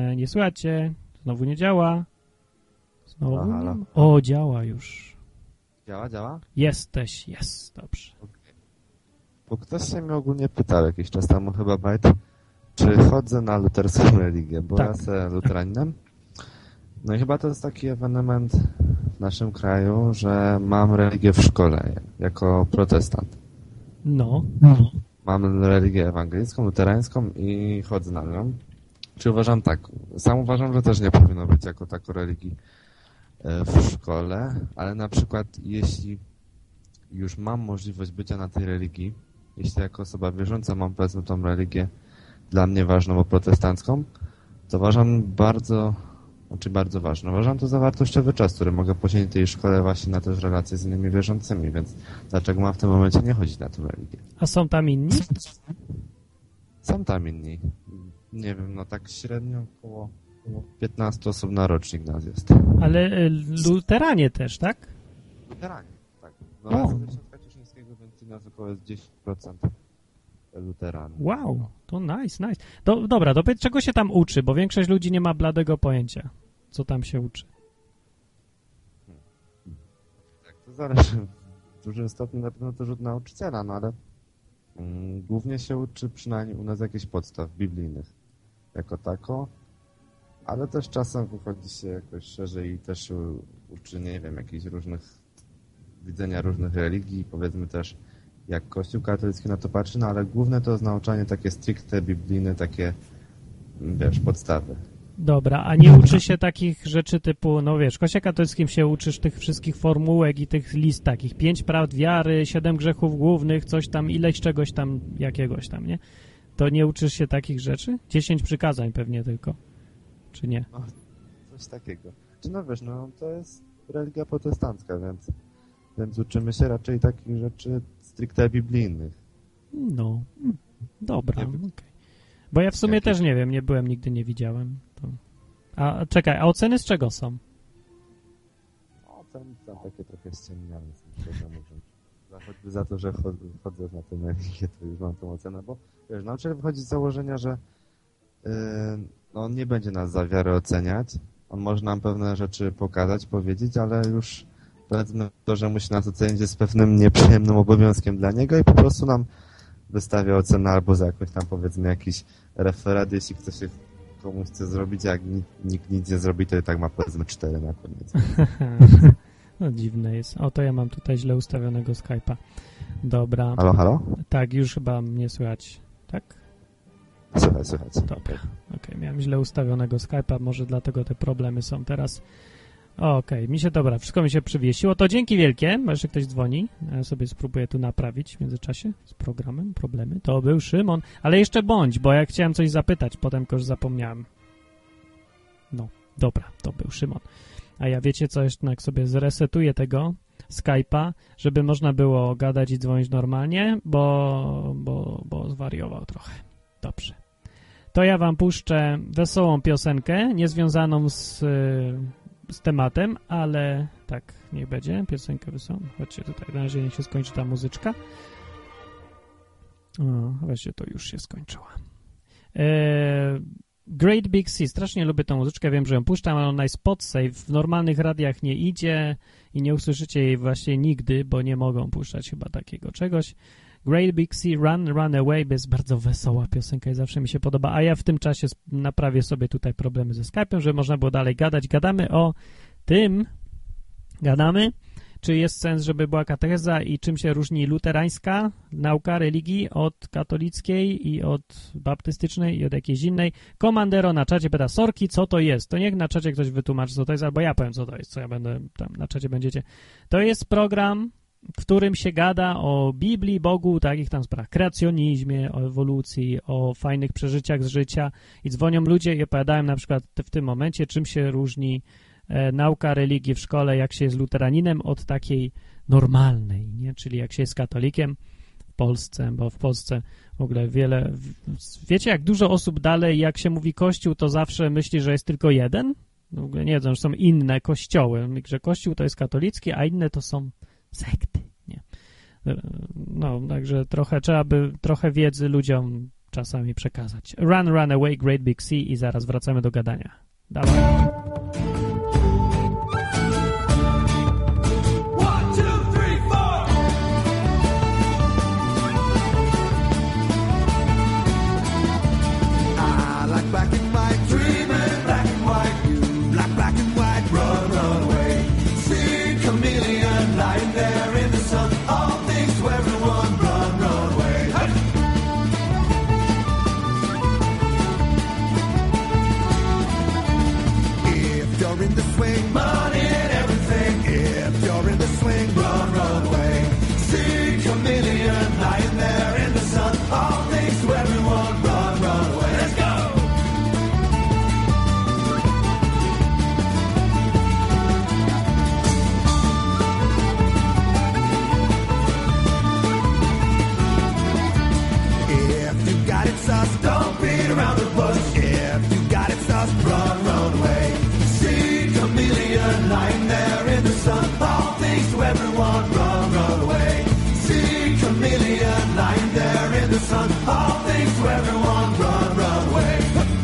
Nie, nie słychać. Znowu nie działa. Znowu. Halo, halo. O, działa już. Działa, działa? Jesteś, jest, dobrze. Okay. Bo ktoś się mnie ogólnie pytał jakiś czas temu, chyba Bajt, czy chodzę na luterską religię, bo tak. ja jestem luteraninem. No i chyba to jest taki ewenement w naszym kraju, że mam religię w szkole jako protestant. No. no. Mam religię ewangelicką, luterańską i chodzę na nią. Czy uważam tak? Sam uważam, że też nie powinno być jako tako religii w szkole, ale na przykład jeśli już mam możliwość bycia na tej religii, jeśli jako osoba wierząca mam powiedzmy tą religię dla mnie ważną, bo protestancką, to uważam bardzo, znaczy bardzo ważne. Uważam to za wartościowy czas, który mogę poświęcić tej szkole właśnie na też relacje z innymi wierzącymi, więc dlaczego mam w tym momencie nie chodzić na tę religię? A są tam inni? Są tam inni. Nie wiem, no tak średnio około, około piętnaście osób na rocznik nas jest. Ale y, luteranie też, tak? Luteranie, tak. No O. ja z Księstwa Cieszyńskiego, więc nas około jest dziesięć procent luteranów. Wow, to nice, nice. Do, dobra, to powiedz, czego się tam uczy, bo większość ludzi nie ma bladego pojęcia, co tam się uczy. Tak, to zależy. W dużym stopniu na pewno też od nauczyciela, no ale mm, głównie się uczy przynajmniej u nas jakichś podstaw biblijnych jako tako, ale też czasem wychodzi się jakoś szerzej i też u, uczy, nie wiem, jakichś różnych widzenia różnych religii, powiedzmy też jak Kościół katolicki na to patrzy, no ale główne to jest nauczanie takie stricte biblijne, takie, wiesz, podstawy. Dobra, a nie uczy się takich rzeczy typu, no wiesz, w Kościele katolickim się uczysz tych wszystkich formułek i tych list takich, pięć prawd wiary, siedem grzechów głównych, coś tam, ileś czegoś tam, jakiegoś tam, nie? To nie uczysz się takich rzeczy? Dziesięć przykazań pewnie tylko, czy nie? No, coś takiego. Czy no wiesz, no to jest religia protestancka, więc, więc uczymy się raczej takich rzeczy stricte biblijnych. No, dobra, Nie okej. wiem. Okay. Bo ja w sumie Jakieś- też nie wiem, nie byłem, nigdy nie widziałem. To... A czekaj, a oceny z czego są? No, tam, tam takie trochę ściemniane są, szczerze mówiąc. Za- Choćby za to, że chodzę, chodzę na tę religię, to już mam tą ocenę, bo wiesz, nauczyciel wychodzi z założenia, że yy, no, on nie będzie nas za wiarę oceniać, on może nam pewne rzeczy pokazać, powiedzieć, ale już powiedzmy to, że musi nas ocenić jest pewnym nieprzyjemnym obowiązkiem dla niego i po prostu nam wystawia ocenę albo za jakąś tam powiedzmy jakiś referat, jeśli ktoś się komuś chce zrobić, a jak nikt, nikt nic nie zrobi, to i tak ma powiedzmy cztery na koniec. No dziwne jest. O, to ja mam tutaj źle ustawionego Skype'a. Dobra. Halo, halo? Tak, już chyba mnie słychać. Tak? Słuchaj, słuchaj. Dobra. Okej, okay, miałem źle ustawionego Skype'a, może dlatego te problemy są teraz. Okej, okay, mi się, dobra, wszystko mi się przywiesiło. To dzięki wielkie, bo jeszcze ktoś dzwoni. Ja sobie spróbuję tu naprawić w międzyczasie z programem problemy. To był Szymon, ale jeszcze bądź, bo ja chciałem coś zapytać, potem tylko już zapomniałem. No, dobra, to był Szymon. A ja wiecie co, jeszcze jak sobie zresetuję tego Skype'a, żeby można było gadać i dzwonić normalnie, bo, bo, bo zwariował trochę. Dobrze. To ja wam puszczę wesołą piosenkę, niezwiązaną z, z tematem, ale tak, niech będzie. Piosenkę wesołą. Chodźcie tutaj, na razie niech się skończy ta muzyczka. O, właśnie to już się skończyła. Eee, Great Big Sea. Strasznie lubię tą muzyczkę, wiem, że ją puszczam, ale ona jest pod save. W normalnych radiach nie idzie i nie usłyszycie jej właśnie nigdy, bo nie mogą puszczać chyba takiego czegoś. Great Big Sea, Run, Run Away, bo jest bardzo wesoła piosenka i zawsze mi się podoba, a ja w tym czasie naprawię sobie tutaj problemy ze Skype'em, żeby można było dalej gadać. Gadamy o tym, gadamy, czy jest sens, żeby była katecheza i czym się różni luterańska nauka religii od katolickiej i od baptystycznej i od jakiejś innej. Komandero na czacie pyta, sorki, co to jest? To niech na czacie ktoś wytłumaczy, co to jest, albo ja powiem, co to jest, co ja będę tam na czacie będziecie. To jest program, w którym się gada o Biblii, Bogu, takich tam sprawach, kreacjonizmie, o ewolucji, o fajnych przeżyciach z życia i dzwonią ludzie i opowiadają na przykład w tym momencie, czym się różni e, nauka religii w szkole, jak się jest luteraninem od takiej normalnej, nie? Czyli jak się jest katolikiem w Polsce, bo w Polsce w ogóle wiele, w, wiecie jak dużo osób dalej, jak się mówi kościół, to zawsze myśli, że jest tylko jeden? W ogóle nie wiedzą, że są inne kościoły, że kościół to jest katolicki, a inne to są sekty, nie? No, także trochę trzeba by, trochę wiedzy ludziom czasami przekazać. Run, Run Away, Great Big Sea i zaraz wracamy do gadania. Dawaj. Black and white, dreaming, black and white, you, black, black and white, run, run away. See chameleon lying there in the sun, all things to everyone, run, run away. Hey! If you're in the swing, money and everything, if you're in the swing, run, run away. See chameleon lying there in the sun, all things to everyone, run, run away. Let's go! Sus, don't beat around the bush. If you got it sus, run, run away. See chameleon lying there in the sun. All things to everyone, run, run away. See chameleon lying there in the sun. All things to everyone, run, run away.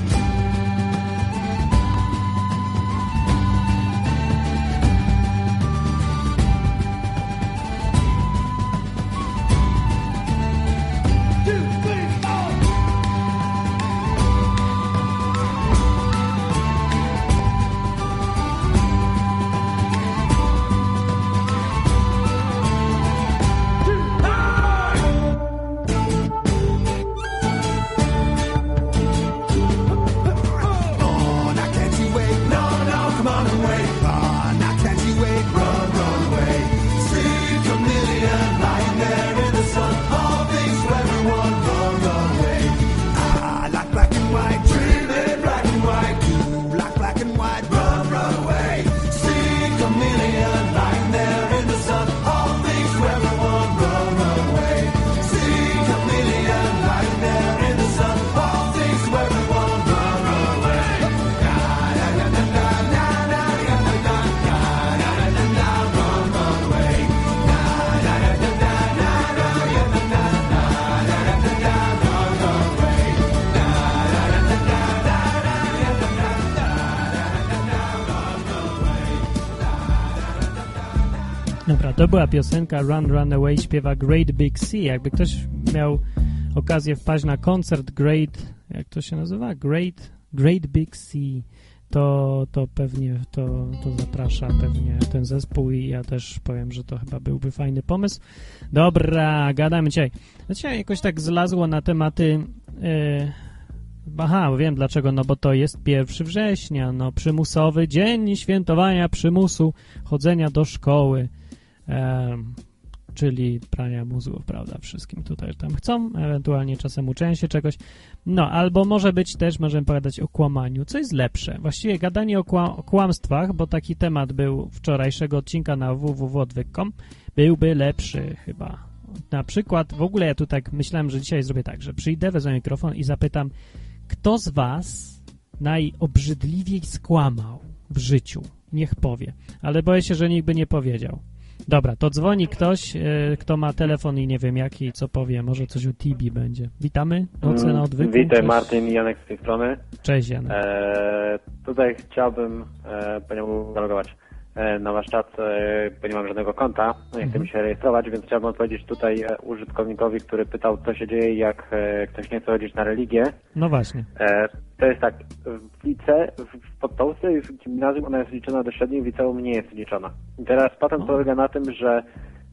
Dobra, to była piosenka Run, Run Away, śpiewa Great Big Sea. Jakby ktoś miał okazję wpaść na koncert Great, jak to się nazywa? Great, Great Big Sea, to, to pewnie to, to zaprasza pewnie ten zespół i ja też powiem, że to chyba byłby fajny pomysł. Dobra, gadamy dzisiaj. Dzisiaj jakoś tak zlazło na tematy... Yy, aha, wiem dlaczego, no bo to jest pierwszego września, no przymusowy dzień świętowania przymusu chodzenia do szkoły. Um, czyli prania mózgów, prawda, wszystkim tutaj tam chcą, ewentualnie czasem uczenia się czegoś, no, albo może być też, możemy pogadać o kłamaniu, co jest lepsze, właściwie gadanie o, kła- o kłamstwach, bo taki temat był wczorajszego odcinka na w w w kropka odwyk kropka com, byłby lepszy chyba, na przykład, w ogóle ja tu tak myślałem, że dzisiaj zrobię tak, że przyjdę, wezmę mikrofon i zapytam, kto z was najobrzydliwiej skłamał w życiu, niech powie, ale boję się, że nikt by nie powiedział. Dobra, to dzwoni ktoś, yy, kto ma telefon i nie wiem jaki, co powie, może coś o Tibi będzie. Witamy, Noce na odwyku. Witaj, Cześć. Martin i Janek z tej strony. Cześć, Janek. E, tutaj chciałbym e, panią zalogować e, na wasz czat, e, bo nie mam żadnego konta, nie chcę Mhm. mi się rejestrować, więc chciałbym odpowiedzieć tutaj e, użytkownikowi, który pytał, co się dzieje, jak e, ktoś nie chce chodzić na religię. No właśnie. E, to jest tak, w lice, w, w podstawce i w gimnazjum ona jest liczona do średniej, w liceum nie jest liczona. I teraz patent polega na tym, że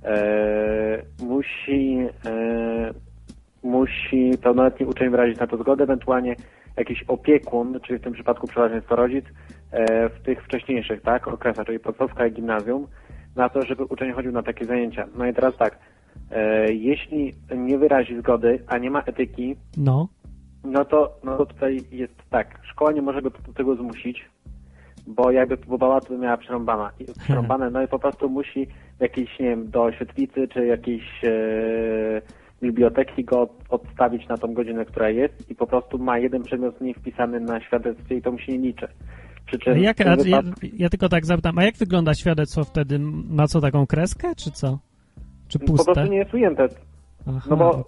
e, musi, e, musi pełnoletni uczeń wyrazić na to zgodę, ewentualnie jakiś opiekun, czyli w tym przypadku przeważnie jest to rodzic, e, w tych wcześniejszych, tak, okresach, czyli podstawka i gimnazjum, na to, żeby uczeń chodził na takie zajęcia. No i teraz tak, e, jeśli nie wyrazi zgody, a nie ma etyki, No. no to, no to tutaj jest tak, szkoła nie może go do tego zmusić, bo jakby próbowała, to by miała przerąbana, przerąbane, no i po prostu musi jakiejś, nie wiem, do świetlicy, czy jakiejś e, biblioteki go odstawić na tą godzinę, która jest i po prostu ma jeden przedmiot mniej wpisany na świadectwie i to mu się nie liczy. Przy czym A jak, w tym a, ja, wypadku... ja tylko tak zapytam, a jak wygląda świadectwo wtedy? Ma co, taką kreskę, czy co? Czy Po puste? prostu nie jest ujęte. Aha, No bo okej.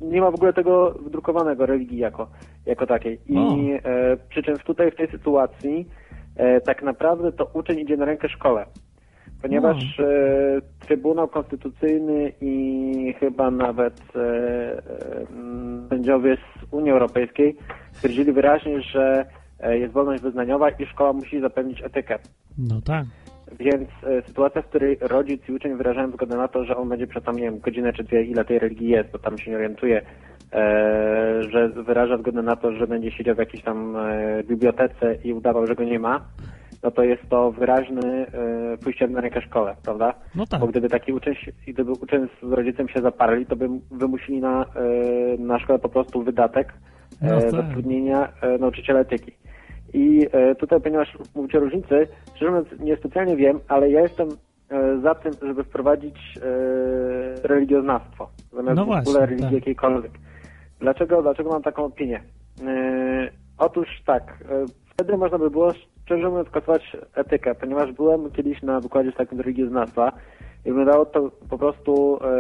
nie ma w ogóle tego wydrukowanego religii jako, jako takiej. I e, przy czym tutaj w tej sytuacji e, tak naprawdę to uczeń idzie na rękę szkole. Ponieważ e, Trybunał Konstytucyjny i chyba nawet e, e, sędziowie z Unii Europejskiej stwierdzili wyraźnie, że e, jest wolność wyznaniowa i szkoła musi zapewnić etykę. No tak. Więc e, sytuacja, w której rodzic i uczeń wyrażają zgodę na to, że on będzie przez tam, nie wiem, godzinę czy dwie, ile tej religii jest, bo tam się nie orientuje, e, że wyraża zgodę na to, że będzie siedział w jakiejś tam e, bibliotece i udawał, że go nie ma, no to jest to wyraźny e, pójście na rękę szkole, prawda? No tak. Bo gdyby taki uczeń, gdyby uczeń z rodzicem się zaparli, to by wymusili na, e, na szkołę po prostu wydatek e, No tak. zatrudnienia e, nauczyciela etyki. I e, tutaj, ponieważ mówicie o różnicy, szczerze mówiąc, niespecjalnie wiem, ale ja jestem e, za tym, żeby wprowadzić e, religioznawstwo, zamiast No w ogóle właśnie, religii tak. jakiejkolwiek. Dlaczego, dlaczego mam taką opinię? E, otóż tak, e, wtedy można by było, szczerze mówiąc, kasować etykę, ponieważ byłem kiedyś na wykładzie z takim religioznawstwa i wyglądało to po prostu, e,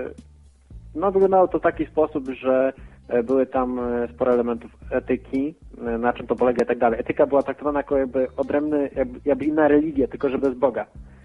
no wyglądało to w taki sposób, że były tam sporo elementów etyki, na czym to polega i tak dalej. Etyka była traktowana jako jakby odrębny, jakby, jakby inna religia, tylko że bez Boga.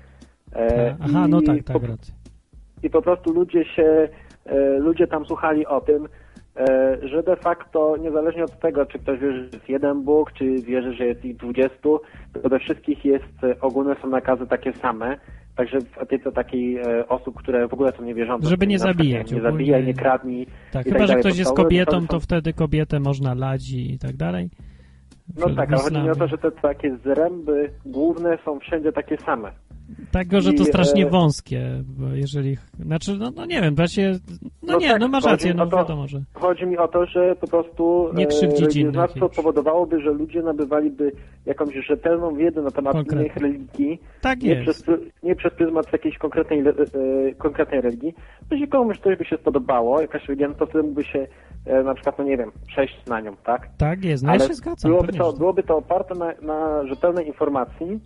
E, Aha, i no tak, tak, po, racja. I po prostu ludzie się, e, ludzie tam słuchali o tym, e, że de facto niezależnie od tego, czy ktoś wierzy, że jest jeden Bóg, czy wierzy, że jest ich dwudziestu, to we wszystkich jest, ogólne są nakazy takie same. Także w etyce takiej e, osób, które w ogóle są niewierzące. Żeby nie na przykład, zabijać. Nie, nie ogólnie. zabijaj, nie kradnij. Tak, i chyba, tak że dalej. ktoś jest Podstawowe kobietą, zasady to są- wtedy kobietę można lać i tak dalej. No W- tak, w ale chodzi mi o islamie. to, że te takie zręby główne są wszędzie takie same. Tego, że to I, strasznie e, wąskie, bo jeżeli... Znaczy, no, no nie wiem, właśnie... No, No nie, tak, no masz chodzi rację, mi no o to- wiadomo, że... Chodzi mi o to, że po prostu Nie krzywdzić e, innych religioznawstwo jakichś. powodowałoby, że ludzie nabywaliby jakąś rzetelną wiedzę na temat Konkretnie. innych religii, Tak nie jest. przez, pry- nie przez pryzmat jakiejś konkretnej, e, e, konkretnej religii. Jeśli komuś coś by się spodobało, jakaś religia, no to wtedy mógłby się e, na przykład, no nie wiem, przejść na nią, tak? Tak jest, no ja Ale się zgadzam. byłoby pewnie, to, że tak. byłoby to oparte na, na rzetelnej informacji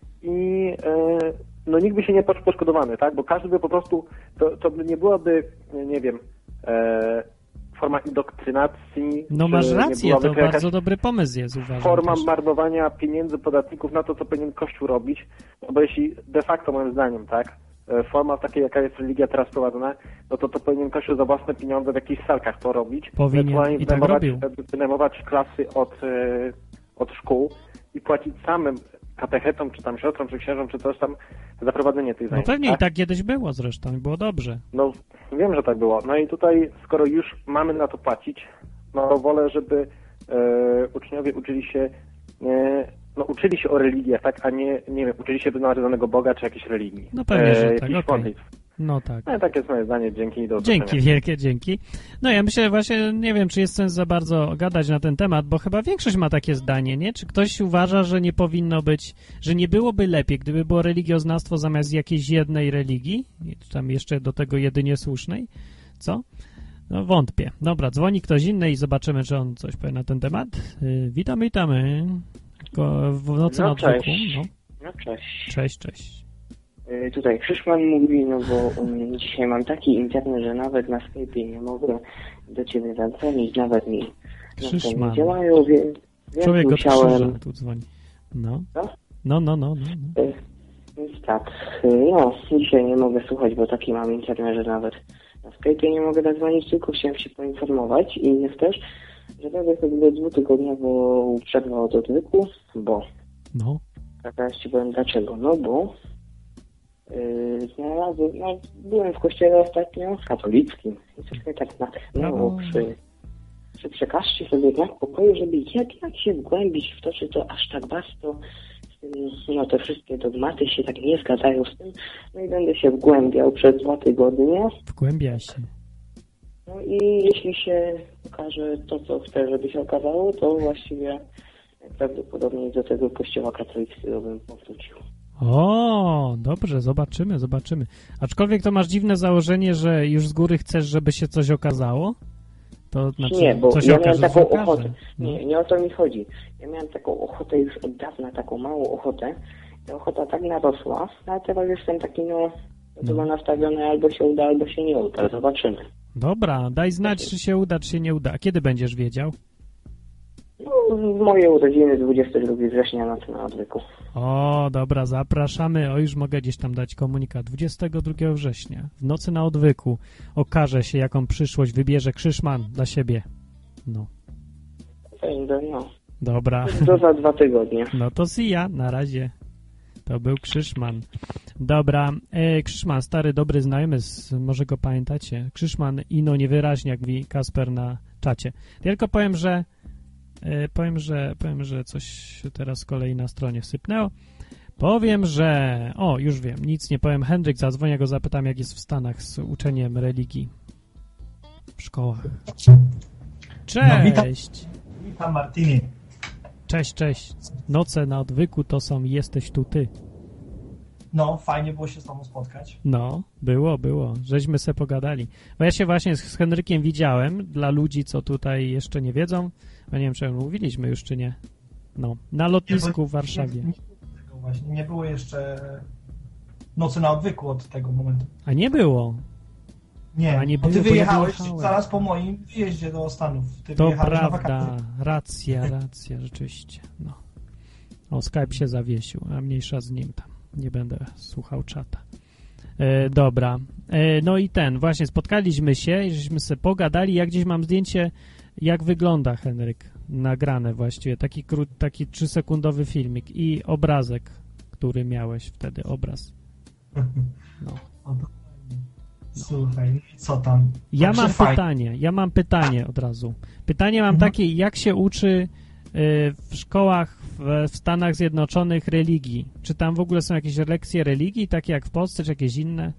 i e, no nikt by się nie poczuł poszkodowany, tak? Bo każdy by po prostu, to, to by nie byłaby, nie wiem, e, forma indoktrynacji. No czy masz nie rację, byłaby to jakaś bardzo dobry pomysł jest, uważam. forma też. marnowania pieniędzy podatników na to, co powinien Kościół robić. No bo jeśli de facto, moim zdaniem, tak, e, forma takiej, jaka jest religia teraz prowadzona, no to to powinien Kościół za własne pieniądze w jakichś salkach to robić. Powinien Ewentualnie i tak wynajmować, robił. wynajmować klasy od, e, od szkół i płacić samym katechetom, czy tam siostrom, czy księżom, czy coś tam za prowadzenie tych No zajęć. pewnie tak? i tak kiedyś było zresztą i było dobrze. No wiem, że tak było. No i tutaj, skoro już mamy na to płacić, no wolę, żeby e, uczniowie uczyli się, e, no uczyli się o religiach, tak, a nie, nie wiem, uczyli się wyznawać danego Boga, czy jakiejś religii. No pewnie, że tak, jakichś okej. modlitw. No tak. No i tak jest moje zdanie. Dzięki i do usłyszenia. Dzięki, wielkie dzięki. No ja myślę właśnie, nie wiem, czy jest sens za bardzo gadać na ten temat, bo chyba większość ma takie zdanie, nie? Czy ktoś uważa, że nie powinno być, że nie byłoby lepiej, gdyby było religioznawstwo zamiast jakiejś jednej religii, czy tam jeszcze do tego jedynie słusznej? Co? No wątpię. Dobra, dzwoni ktoś inny i zobaczymy, czy on coś powie na ten temat. Yy, witamy, witamy. Ko- W nocy No, na dworku. cześć. No. No cześć. Cześć, cześć. Y, Tutaj Krzyszman mówi, no bo um, dzisiaj mam taki internet, że nawet na Skype'ie nie mogę do ciebie zadzwonić, nawet mi no, to Krzyszman. nie działają, więc, więc Człowiek od musiałem... krzyża tu dzwoni. No. Co? No, no, no, no. no. Y, Więc tak, y, no dzisiaj nie mogę słuchać, bo taki mam internet, że nawet na Skype'ie nie mogę zadzwonić, tylko chciałem się poinformować i jest też, że nawet jakby dwutygodniową przerwę od odwyku, bo No. teraz ci powiem dlaczego, no bo Yy, znalazłem, no, byłem w kościele ostatnio, katolickim, i coś mnie tak natchnęło No. przy, przy przekażcie sobie tak pokoju, żeby jak, jak się wgłębić w to, czy to aż tak bardzo, z tym, no te wszystkie dogmaty się tak nie zgadzają z tym, no i będę się wgłębiał przez dwa tygodnie, Wgłębia się. no i jeśli się okaże to, co chcę, żeby się okazało, to właściwie prawdopodobnie do tego kościoła katolickiego bym powrócił. O, dobrze, zobaczymy, zobaczymy. Aczkolwiek to masz dziwne założenie, że już z góry chcesz, żeby się coś okazało? To znaczy, Nie, bo co się ja okaże, miałem to się taką okaże. ochotę. No. Nie, nie o to mi chodzi. Ja miałem taką ochotę już od dawna, taką małą ochotę. Ta ochota tak narosła, no, a teraz jestem taki, no, chyba nastawiony, albo się uda, albo się nie uda. Zobaczymy. Dobra, daj znać, czy się uda, czy się nie uda. A kiedy będziesz wiedział? No, w moje urodziny dwudziestego drugiego września na tym odwyku. O, dobra, zapraszamy. O, już mogę gdzieś tam dać komunikat. dwudziestego drugiego września, w nocy na odwyku, okaże się, jaką przyszłość wybierze Krzyszman dla siebie. No. Będę, no. Dobra. To za dwa tygodnie. No to see ya, na razie. To był Krzyszman. Dobra, e, Krzyszman, stary, dobry znajomy, z, może go pamiętacie. Krzyszman ino niewyraźnie, jak mówi Kasper na czacie. Tylko powiem, że e, powiem, że powiem, że coś się teraz z kolei na stronie sypnęło. Powiem, że... O, już wiem, nic nie powiem. Hendryk, zadzwonię, go zapytam, jak jest w Stanach z uczeniem religii w szkołach. Cześć! No, witam, witam Martini. Cześć, cześć. Noce na odwyku to są jesteś tu ty. No, fajnie było się z tobą spotkać. No, było, było. Żeśmy se pogadali. Bo ja się właśnie z Henrykiem widziałem, dla ludzi, co tutaj jeszcze nie wiedzą. Ja nie wiem, czy mówiliśmy już, czy nie. No, na lotnisku nie, w Warszawie. Nie, nie, tego właśnie. Nie było jeszcze nocy na odwyku od tego momentu. A nie było. Nie, A nie bo było, ty bo wyjechałeś ja zaraz po moim wyjeździe do Stanów. Ty to prawda, racja, racja, rzeczywiście. No. O, Skype się zawiesił, a mniejsza z nim tam. Nie będę słuchał czata. E, dobra. E, no i ten, właśnie spotkaliśmy się i żeśmy sobie pogadali. Ja gdzieś mam zdjęcie, jak wygląda Henryk, nagrane właściwie. Taki, krót, taki trzysekundowy filmik i obrazek, który miałeś wtedy, obraz. No. Słuchaj, co tam? Ja Także mam fajnie. pytanie, ja mam pytanie od razu. Pytanie mam Mhm. takie, jak się uczy y, w szkołach w, w Stanach Zjednoczonych religii? Czy tam w ogóle są jakieś lekcje religii, takie jak w Polsce, czy jakieś inne?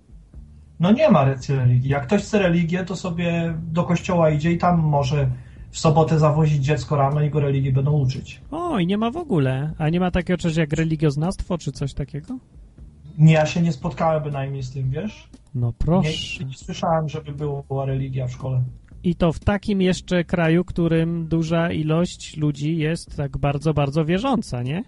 No nie ma lekcji religii. Jak ktoś chce religię, to sobie do kościoła idzie i tam może w sobotę zawozić dziecko rano i go religii będą uczyć. O, i nie ma w ogóle. A nie ma takiego czegoś jak religioznawstwo, czy coś takiego? Nie, ja się nie spotkałem bynajmniej z tym, wiesz? No proszę. Nie, nie słyszałem, żeby była religia w szkole. I to w takim jeszcze kraju, którym duża ilość ludzi jest tak bardzo, bardzo wierząca, nie?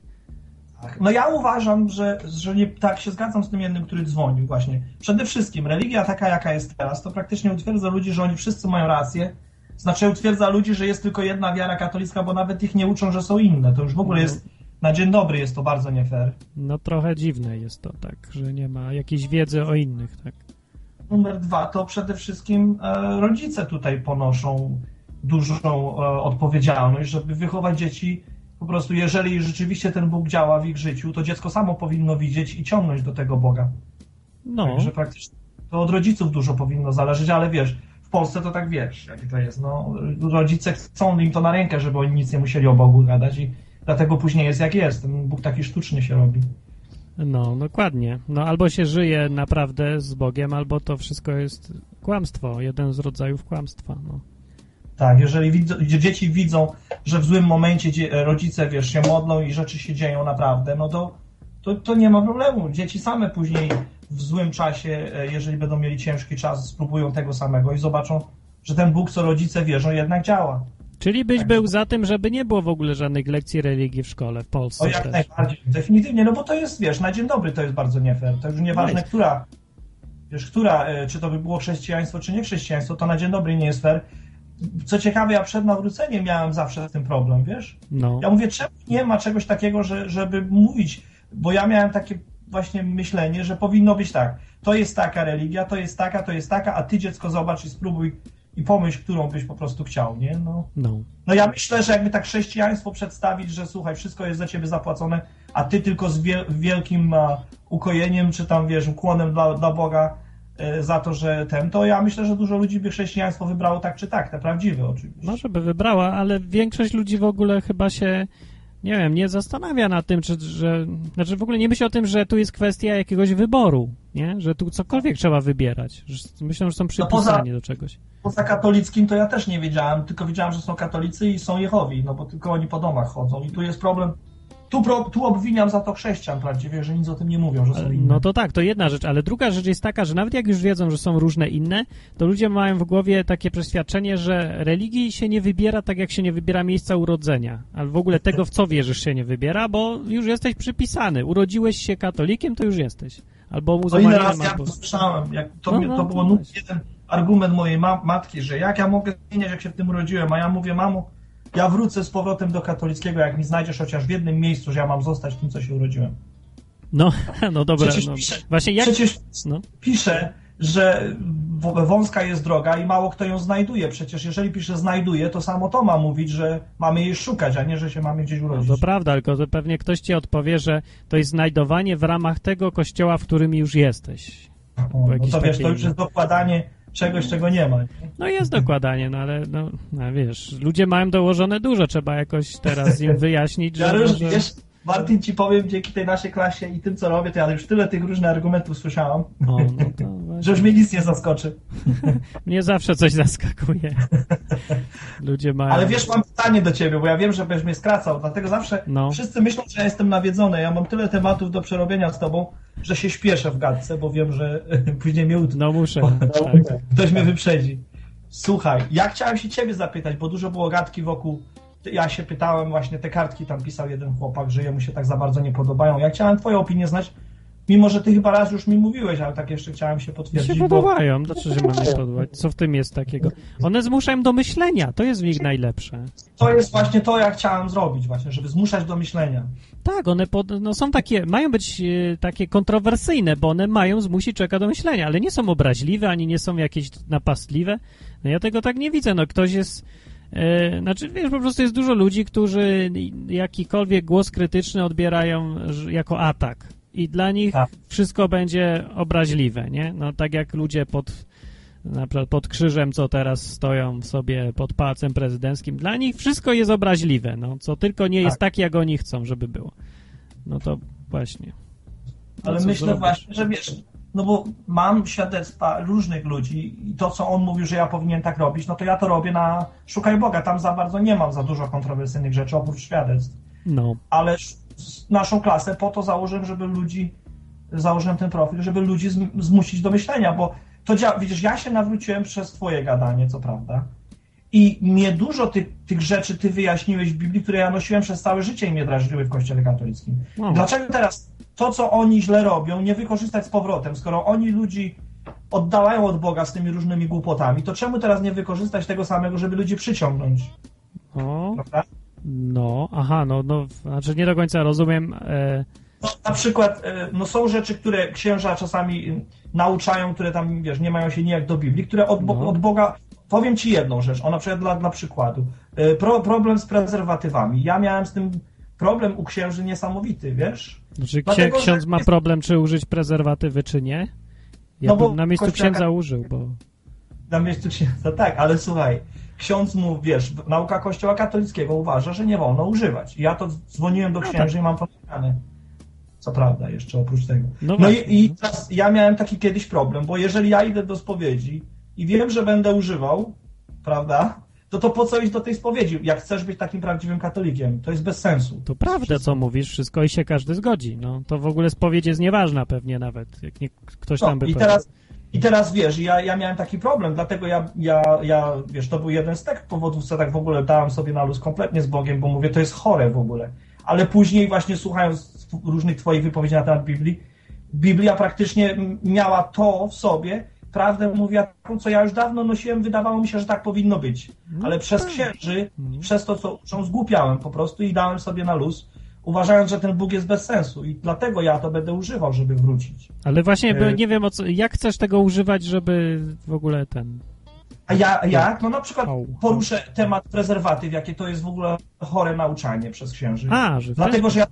No ja uważam, że, że nie, tak się zgadzam z tym jednym, który dzwonił właśnie. Przede wszystkim religia taka, jaka jest teraz, to praktycznie utwierdza ludzi, że oni wszyscy mają rację. Znaczy utwierdza ludzi, że jest tylko jedna wiara katolicka, bo nawet ich nie uczą, że są inne. To już w ogóle jest, na dzień dobry jest to bardzo nie fair. No trochę dziwne jest to tak, że nie ma jakiejś wiedzy o innych, tak? Numer dwa, to przede wszystkim e, rodzice tutaj ponoszą dużą e, odpowiedzialność, żeby wychować dzieci. Po prostu jeżeli rzeczywiście ten Bóg działa w ich życiu, to dziecko samo powinno widzieć i ciągnąć do tego Boga. No. Także praktycznie to od rodziców dużo powinno zależeć, ale wiesz, w Polsce to tak wiesz, jak to jest. No, rodzice chcą im to na rękę, żeby oni nic nie musieli o Bogu gadać i dlatego później jest jak jest. Ten Bóg taki sztuczny się robi. No, dokładnie. No albo się żyje naprawdę z Bogiem, albo to wszystko jest kłamstwo, jeden z rodzajów kłamstwa, no. Tak, jeżeli widzą, dzieci widzą, że w złym momencie dzie, rodzice, wiesz, się modlą i rzeczy się dzieją naprawdę, no to, to, to nie ma problemu. Dzieci same później w złym czasie, jeżeli będą mieli ciężki czas, spróbują tego samego i zobaczą, że ten Bóg, co rodzice wierzą, jednak działa. Czyli byś tak. był za tym, żeby nie było w ogóle żadnych lekcji religii w szkole w Polsce. O jak też. najbardziej, definitywnie, no bo to jest, wiesz, na dzień dobry to jest bardzo nie fair. To już nieważne, No która, wiesz, która, czy to by było chrześcijaństwo, czy nie chrześcijaństwo, to na dzień dobry nie jest fair. Co ciekawe, ja przed nawróceniem miałem zawsze z tym problem, wiesz? No. Ja mówię, czemu nie ma czegoś takiego, że, żeby mówić, bo ja miałem takie właśnie myślenie, że powinno być tak, to jest taka religia, to jest taka, to jest taka, a ty dziecko zobacz i spróbuj i pomyśl, którą byś po prostu chciał, nie? No, no. no ja myślę, że jakby tak chrześcijaństwo przedstawić, że słuchaj, wszystko jest za ciebie zapłacone, a ty tylko z wiel wielkim uh, ukojeniem, czy tam, wiesz, ukłonem dla, dla Boga y, za to, że ten, to ja myślę, że dużo ludzi by chrześcijaństwo wybrało tak czy tak, te prawdziwe oczywiście. Może by wybrała, ale większość ludzi w ogóle chyba się, nie wiem, nie zastanawia nad tym, czy, że, znaczy w ogóle nie myśli o tym, że tu jest kwestia jakiegoś wyboru, nie? Że tu cokolwiek trzeba wybierać. Że myślą, że są przypisani no do czegoś. Poza katolickim to ja też nie wiedziałem, tylko wiedziałem, że są katolicy i są Jehowi, no bo tylko oni po domach chodzą i tu jest problem. Tu, pro, tu obwiniam za to chrześcijan prawdziwie, że nic o tym nie mówią, że są inne. No to tak, to jedna rzecz, ale druga rzecz jest taka, że nawet jak już wiedzą, że są różne inne, to ludzie mają w głowie takie przeświadczenie, że religii się nie wybiera tak, jak się nie wybiera miejsca urodzenia, ale w ogóle tego, w co wierzysz, się nie wybiera, bo już jesteś przypisany. Urodziłeś się katolikiem, to już jesteś. Albo No muzułmaninem, ile razy albo... ja słyszałem, jak to, no, mnie, to no, było no numer jeden argument mojej ma- matki, że jak ja mogę zmieniać, jak się w tym urodziłem, a ja mówię, mamo, ja wrócę z powrotem do katolickiego, jak mi znajdziesz chociaż w jednym miejscu, że ja mam zostać tym, co się urodziłem. No, no dobra. Przecież no. pisze, Właśnie jak... przecież no. pisze, że w- wąska jest droga i mało kto ją znajduje. Przecież jeżeli pisze znajduje, to samo to ma mówić, że mamy jej szukać, a nie, że się mamy gdzieś urodzić. No to prawda, tylko to pewnie ktoś ci odpowie, że to jest znajdowanie w ramach tego kościoła, w którym już jesteś. O, no to wiesz, to już jest dokładanie czegoś, czego nie ma. Nie? No jest dokładanie, no ale no, no wiesz, ludzie mają dołożone dużo, trzeba jakoś teraz im wyjaśnić, że... Ja już, może... wiesz, Martin, ci powiem, dzięki tej naszej klasie i tym, co robię, to ja już tyle tych różnych argumentów słyszałam, O, no to właśnie. że już mnie nic nie zaskoczy. Mnie zawsze coś zaskakuje. Ludzie mają... Ale wiesz, mam pytanie do ciebie, bo ja wiem, że będziesz mnie skracał, dlatego zawsze No. wszyscy myślą, że ja jestem nawiedzony. Ja mam tyle tematów do przerobienia z tobą, że się śpieszę w gadce, bo wiem, że później mnie utnę. No muszę. Bo Tak. ktoś mnie wyprzedzi. Słuchaj, ja chciałem się ciebie zapytać, bo dużo było gadki wokół. Ja się pytałem, właśnie te kartki tam pisał jeden chłopak, że jemu się tak za bardzo nie podobają. Ja chciałem twoją opinię znać, mimo że ty chyba raz już mi mówiłeś, ale tak jeszcze chciałem się Mi potwierdzić. się podobają, dlaczego się mam nie podobać? Co w tym jest takiego? One zmuszają do myślenia, to jest w nich najlepsze. To jest właśnie to, ja chciałem zrobić właśnie, żeby zmuszać do myślenia. Tak, one pod, no są takie, mają być e, takie kontrowersyjne, bo one mają zmusić człowieka do myślenia, ale nie są obraźliwe, ani nie są jakieś napastliwe. No ja tego tak nie widzę, no ktoś jest... E, znaczy, wiesz, po prostu jest dużo ludzi, którzy jakikolwiek głos krytyczny odbierają jako atak. I dla nich tak. wszystko będzie obraźliwe, nie? No tak jak ludzie pod, na przykład pod krzyżem, co teraz stoją sobie pod pałacem prezydenckim, dla nich wszystko jest obraźliwe, no, co tylko nie jest tak. tak, jak oni chcą, żeby było. No to właśnie. No Ale myślę zrobić? właśnie, że wiesz, no bo mam świadectwa różnych ludzi i to, co on mówił, że ja powinien tak robić, no to ja to robię na Szukaj Boga. Tam za bardzo nie mam za dużo kontrowersyjnych rzeczy, oprócz świadectw. No. Ale naszą klasę po to założyłem, żeby ludzi, założyłem ten profil, żeby ludzi zmusić do myślenia, bo to działa, widzisz, ja się nawróciłem przez twoje gadanie, co prawda, i mnie dużo tych, tych rzeczy ty wyjaśniłeś w Biblii, które ja nosiłem przez całe życie i mnie drażniły w Kościele katolickim. No. Dlaczego teraz to, co oni źle robią, nie wykorzystać z powrotem, skoro oni ludzi oddalają od Boga z tymi różnymi głupotami, to czemu teraz nie wykorzystać tego samego, żeby ludzi przyciągnąć? O, prawda? No, aha, no, no, znaczy nie do końca rozumiem. E... No, na przykład, no są rzeczy, które księża czasami nauczają, które tam, wiesz, nie mają się nijak do Biblii, które od, Bo- no. od Boga... Powiem ci jedną rzecz, o na przykład dla, dla przykładu. Pro, problem z prezerwatywami. Ja miałem z tym problem u księży niesamowity, wiesz? Znaczy Dlatego, ksiądz że ma jest... problem, czy użyć prezerwatywy, czy nie? Ja No bo bym na miejscu kościoła... księdza użył, bo... Na miejscu księdza, tak, ale słuchaj, ksiądz mu, wiesz, nauka Kościoła katolickiego uważa, że nie wolno używać. I ja to dzwoniłem do księży no tak. i mam to nagrane. Co prawda, jeszcze oprócz tego. No, no i, i teraz ja miałem taki kiedyś problem, bo jeżeli ja idę do spowiedzi i wiem, że będę używał, prawda, to to po co iść do tej spowiedzi, jak chcesz być takim prawdziwym katolikiem? To jest bez sensu. To prawda, co mówisz, wszystko i się każdy zgodzi. No, to w ogóle spowiedź jest nieważna pewnie nawet, jak nie, ktoś no, tam by i powiedział. teraz, I teraz wiesz, ja, ja miałem taki problem, dlatego ja, ja, ja, wiesz, to był jeden z tych powodów, co tak w ogóle dałem sobie na luz kompletnie z Bogiem, bo mówię, to jest chore w ogóle. Ale później właśnie słuchając różnych twoich wypowiedzi na temat Biblii, Biblia praktycznie miała to w sobie, prawdę mówiła taką, co ja już dawno nosiłem, wydawało mi się, że tak powinno być. Ale przez księży, przez to, co uczą, zgłupiałem po prostu i dałem sobie na luz, uważając, że ten Bóg jest bez sensu i dlatego ja to będę używał, żeby wrócić. Ale właśnie, bo nie wiem, o co, jak chcesz tego używać, żeby w ogóle ten... A ja, jak? No na przykład poruszę temat prezerwatyw, jakie to jest w ogóle chore nauczanie przez księży. A, że Dlatego, że ja...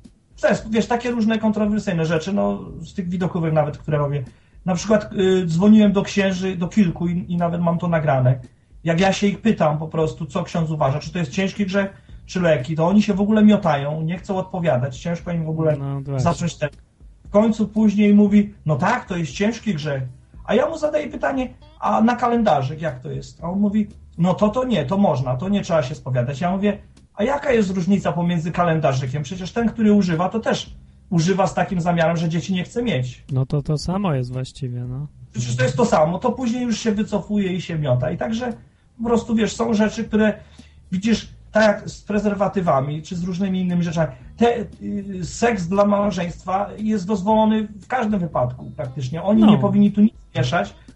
Wiesz, takie różne kontrowersyjne rzeczy, no z tych widokowych nawet, które robię. Na przykład y, dzwoniłem do księży, do kilku i, i nawet mam to nagrane. Jak ja się ich pytam po prostu, co ksiądz uważa, czy to jest ciężki grzech, czy lekki, to oni się w ogóle miotają, nie chcą odpowiadać, ciężko im w ogóle no, zacząć ten. W końcu później mówi, no tak, to jest ciężki grzech. A ja mu zadaję pytanie, a na kalendarzyk jak to jest? A on mówi, no to to nie, to można, to nie trzeba się spowiadać. Ja mówię, a jaka jest różnica pomiędzy kalendarzykiem? Przecież ten, który używa, to też używa z takim zamiarem, że dzieci nie chce mieć. No to to samo jest właściwie, no. Przecież to jest to samo, to później już się wycofuje i się miota. I także po prostu, wiesz, są rzeczy, które widzisz, tak jak z prezerwatywami, czy z różnymi innymi rzeczami. Te, y, seks dla małżeństwa jest dozwolony w każdym wypadku praktycznie. Oni no. nie powinni tu nic mieszać,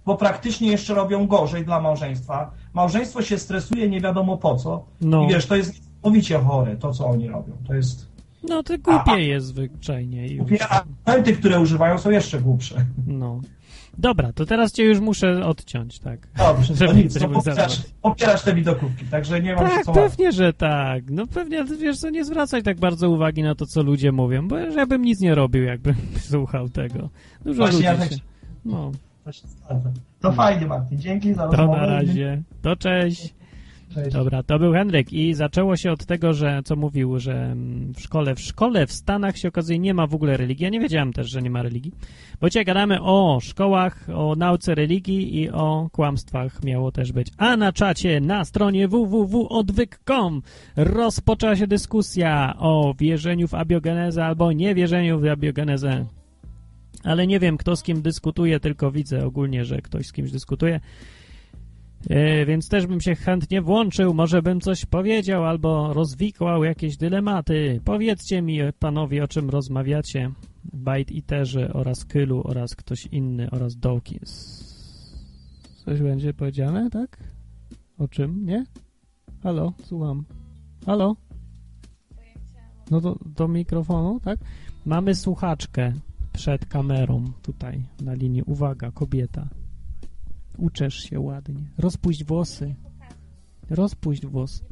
bo praktycznie jeszcze robią gorzej dla małżeństwa. Małżeństwo się stresuje nie wiadomo po co. No. I wiesz, to jest niesamowicie chore, to co oni robią. To jest... No to głupie a, jest zwyczajnie. I głupie, a argumenty, które używają, są jeszcze głupsze. No. Dobra, to teraz cię już muszę odciąć, tak? Dobrze, to nic, to popierasz, popierasz te widokówki, także nie mam tak, się co pewnie, marzyć. Że tak. No pewnie, wiesz co, nie zwracaj tak bardzo uwagi na to, co ludzie mówią, bo ja bym nic nie robił, jakbym słuchał tego. Dużo Właśnie ludzi ja tak się... No. To się zgadza. To no. Fajnie, Martin, dzięki za to rozmowę. To na razie. To cześć. Cześć. Dobra, to był Henryk i zaczęło się od tego, że co mówił, że w szkole, w szkole w Stanach się okazuje nie ma w ogóle religii. Ja nie wiedziałem też, że nie ma religii. Bo dzisiaj gadamy o szkołach, o nauce religii i o kłamstwach miało też być. A na czacie na stronie w w w kropka odwyk kropka com rozpoczęła się dyskusja o wierzeniu w abiogenezę albo niewierzeniu w abiogenezę. Ale nie wiem, kto z kim dyskutuje, tylko widzę ogólnie, że ktoś z kimś dyskutuje. Yy, więc też bym się chętnie włączył, może bym coś powiedział albo rozwikłał jakieś dylematy. Powiedzcie mi, panowie, o czym rozmawiacie. Bite Eaterzy oraz Kylu oraz ktoś inny oraz Dawkins. Coś będzie powiedziane, tak? O czym, nie? Halo, słucham. Halo? No do, do mikrofonu, tak? Mamy słuchaczkę przed kamerą tutaj na linii. Uwaga, kobieta. Uczesz się ładnie. Rozpuść włosy. Rozpuść włosy.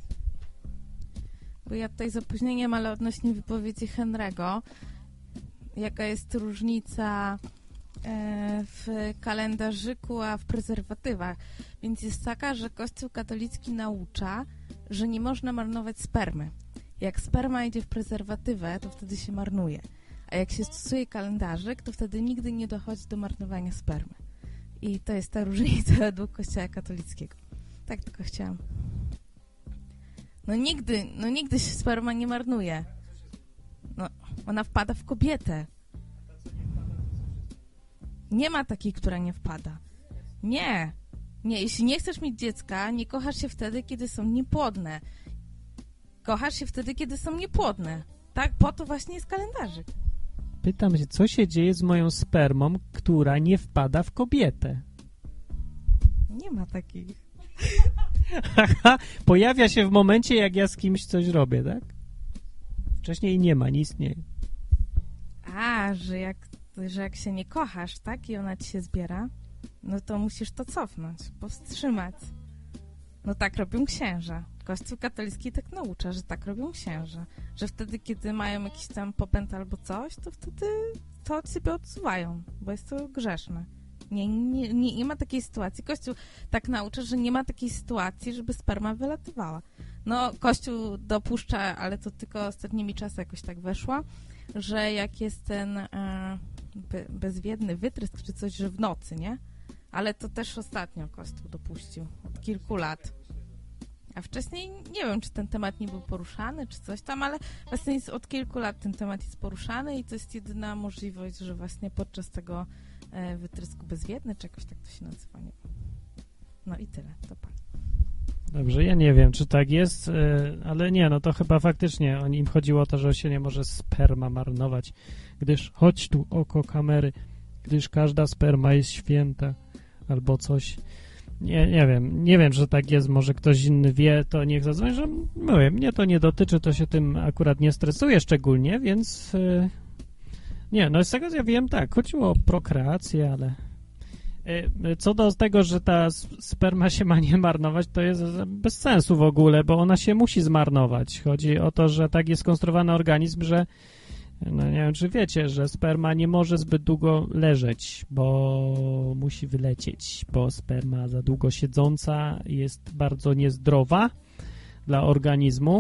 Bo ja tutaj z opóźnieniem, ale odnośnie wypowiedzi Henry'ego, jaka jest różnica w kalendarzyku, a w prezerwatywach. Więc jest taka, że Kościół katolicki naucza, że nie można marnować spermy. Jak sperma idzie w prezerwatywę, to wtedy się marnuje. A jak się stosuje kalendarzyk, to wtedy nigdy nie dochodzi do marnowania spermy. I to jest ta różnica według Kościoła katolickiego. Tak tylko chciałam. No nigdy, no nigdy się sperma nie marnuje. No, ona wpada w kobietę. Nie ma takiej, która nie wpada. Nie. Nie, jeśli nie chcesz mieć dziecka, nie kochasz się wtedy, kiedy są niepłodne. Kochasz się wtedy, kiedy są niepłodne. Tak, po to właśnie jest kalendarzyk. Pytam się, co się dzieje z moją spermą, która nie wpada w kobietę? Nie ma takich. Aha, pojawia się w momencie, jak ja z kimś coś robię, tak? Wcześniej nie ma, nie istnieje. A, że jak, że jak się nie kochasz, tak? I ona ci się zbiera, no to musisz to cofnąć, powstrzymać. No tak robią księża. Kościół katolicki tak naucza, że tak robią księża. Że wtedy, kiedy mają jakiś tam popęd albo coś, to wtedy to od siebie odsuwają, bo jest to grzeszne. Nie, nie, nie, nie ma takiej sytuacji. Kościół tak naucza, że nie ma takiej sytuacji, żeby sperma wylatywała. No, Kościół dopuszcza, ale to tylko ostatnimi czasy jakoś tak weszło, że jak jest ten e, be, bezwiedny wytrysk czy coś, że w nocy, nie? Ale to też ostatnio Kościół dopuścił, od kilku lat. A wcześniej nie wiem, czy ten temat nie był poruszany, czy coś tam, ale właśnie jest od kilku lat ten temat jest poruszany i to jest jedyna możliwość, że właśnie podczas tego e, wytrysku bezwiedny, czy jakoś tak to się nazywa, nie wiem. No i tyle, to pan. Dobrze, ja nie wiem, czy tak jest, ale nie, no to chyba faktycznie im chodziło o to, że się nie może sperma marnować, gdyż, chodź tu, oko kamery, gdyż każda sperma jest święta, albo coś. Nie, nie wiem, nie wiem, że tak jest, może ktoś inny wie, to niech zadzwoni, że mówię, mnie to nie dotyczy, to się tym akurat nie stresuje szczególnie, więc yy, nie, no z tego ja wiem, tak, chodziło o prokreację, ale yy, co do tego, że ta sperma się ma nie marnować, to jest bez sensu w ogóle, bo ona się musi zmarnować. Chodzi o to, że tak jest skonstruowany organizm, że no nie wiem, czy wiecie, że sperma nie może zbyt długo leżeć, bo musi wylecieć, bo sperma za długo siedząca jest bardzo niezdrowa dla organizmu,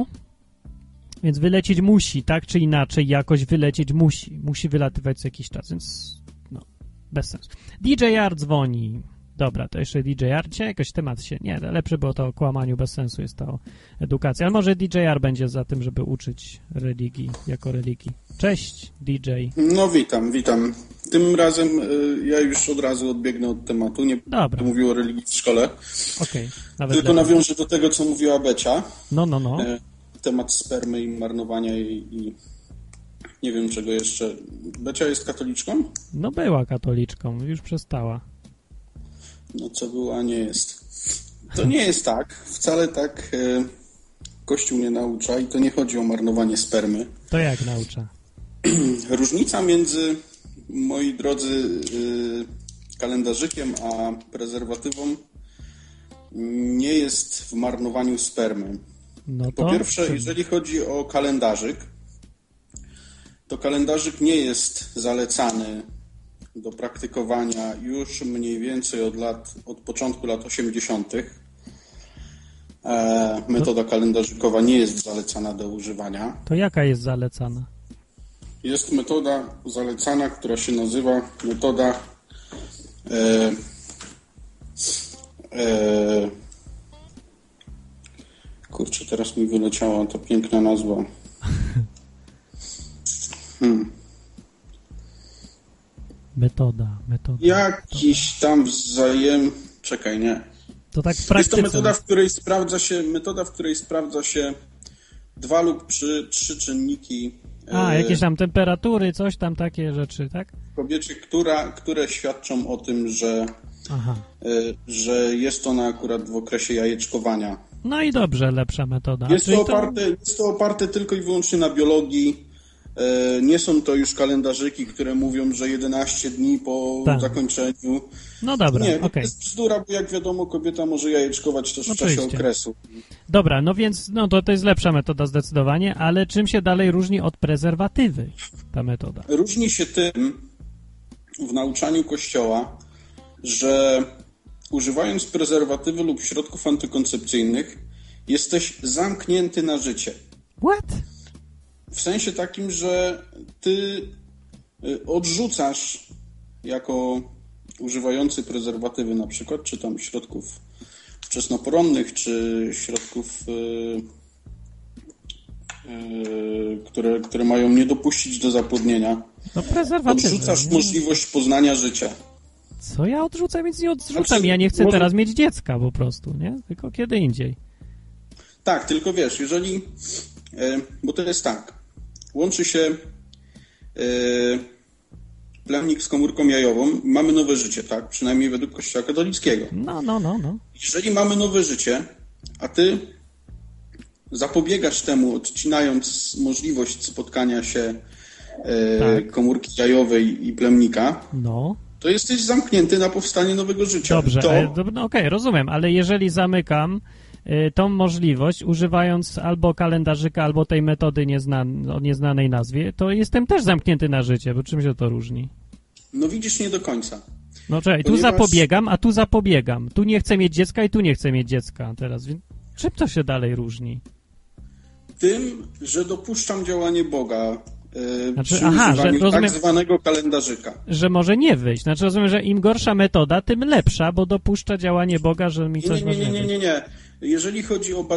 więc wylecieć musi, tak czy inaczej, jakoś wylecieć musi, musi wylatywać co jakiś czas, więc no, bez sensu. D J R dzwoni. Dobra, to jeszcze D J R. Dzisiaj jakoś temat się... Nie, lepsze było to o kłamaniu, bez sensu jest to edukacja. Ale może D J R będzie za tym, żeby uczyć religii jako religii. Cześć, D J. No witam, witam. Tym razem y, ja już od razu odbiegnę od tematu. Nie będę mówił o religii w szkole. Okej. Okay, tylko nawiążę do tego, co mówiła Becia. No, no, no. Y, temat spermy i marnowania i, i nie wiem czego jeszcze. Becia jest katoliczką? No była katoliczką, już przestała. No co było, a nie jest. To nie jest tak. Wcale tak e, Kościół nie naucza i to nie chodzi o marnowanie spermy. To jak naucza? Różnica między, moi drodzy, e, kalendarzykiem a prezerwatywą nie jest w marnowaniu spermy. No to... Po pierwsze, jeżeli chodzi o kalendarzyk, to kalendarzyk nie jest zalecany do praktykowania już mniej więcej od lat, od początku lat osiemdziesiątych. E, metoda kalendarzykowa nie jest zalecana do używania. To jaka jest zalecana? Jest metoda zalecana, która się nazywa metoda e, e, kurczę, teraz mi wyleciała ta piękna nazwa. Hmm. Metoda, metoda. Jakiś tam wzajem... Czekaj, nie. To tak w praktyce. Jest to metoda, w której sprawdza się, metoda, w której sprawdza się dwa lub trzy, trzy czynniki. A, e, jakieś tam temperatury, coś tam, takie rzeczy, tak? w kobiecie, która, które świadczą o tym, że, Aha. e, że jest ona akurat w okresie jajeczkowania. No i dobrze, lepsza metoda. Jest to, oparte, to... jest to oparte tylko i wyłącznie na biologii. Nie są to już kalendarzyki, które mówią, że jedenaście dni po tak. zakończeniu. No dobra, nie, okej. To jest bzdura, bo jak wiadomo, kobieta może jajeczkować też w Oczywiście. czasie okresu. Dobra, no więc no to, to jest lepsza metoda zdecydowanie, ale czym się dalej różni od prezerwatywy ta metoda? Różni się tym w nauczaniu Kościoła, że używając prezerwatywy lub środków antykoncepcyjnych jesteś zamknięty na życie. What? W sensie takim, że ty odrzucasz jako używający prezerwatywy na przykład, czy tam środków wczesnoporonnych, czy środków, yy, yy, które, które mają nie dopuścić do zapłodnienia, no prezerwatywy, odrzucasz nie? możliwość poznania życia. Co ja odrzucam? Więc nie odrzucam. Znaczy, ja nie chcę może... teraz mieć dziecka po prostu, nie? Tylko kiedy indziej. Tak, tylko wiesz, jeżeli... Yy, bo to jest tak. Łączy się yy, plemnik z komórką jajową i mamy nowe życie, tak? Przynajmniej według Kościoła katolickiego. No, no, no, no. Jeżeli mamy nowe życie, a ty zapobiegasz temu, odcinając możliwość spotkania się yy, tak. komórki jajowej i plemnika, no. to jesteś zamknięty na powstanie nowego życia. Dobrze, to... ale, no okej, okay, rozumiem, ale jeżeli zamykam tą możliwość, używając albo kalendarzyka, albo tej metody niezna- o nieznanej nazwie, to jestem też zamknięty na życie, bo czym się to różni? No widzisz, nie do końca. No czekaj, Ponieważ... tu zapobiegam, a tu zapobiegam. Tu nie chcę mieć dziecka i tu nie chcę mieć dziecka teraz. Więc czym to się dalej różni? Tym, że dopuszczam działanie Boga yy, znaczy, przy aha, używaniu że, rozumiem, tak zwanego kalendarzyka. Że może nie wyjść. Znaczy rozumiem, że im gorsza metoda, tym lepsza, bo dopuszcza działanie Boga, że mi coś nie, nie, może nie, nie, nie, nie. Jeżeli chodzi o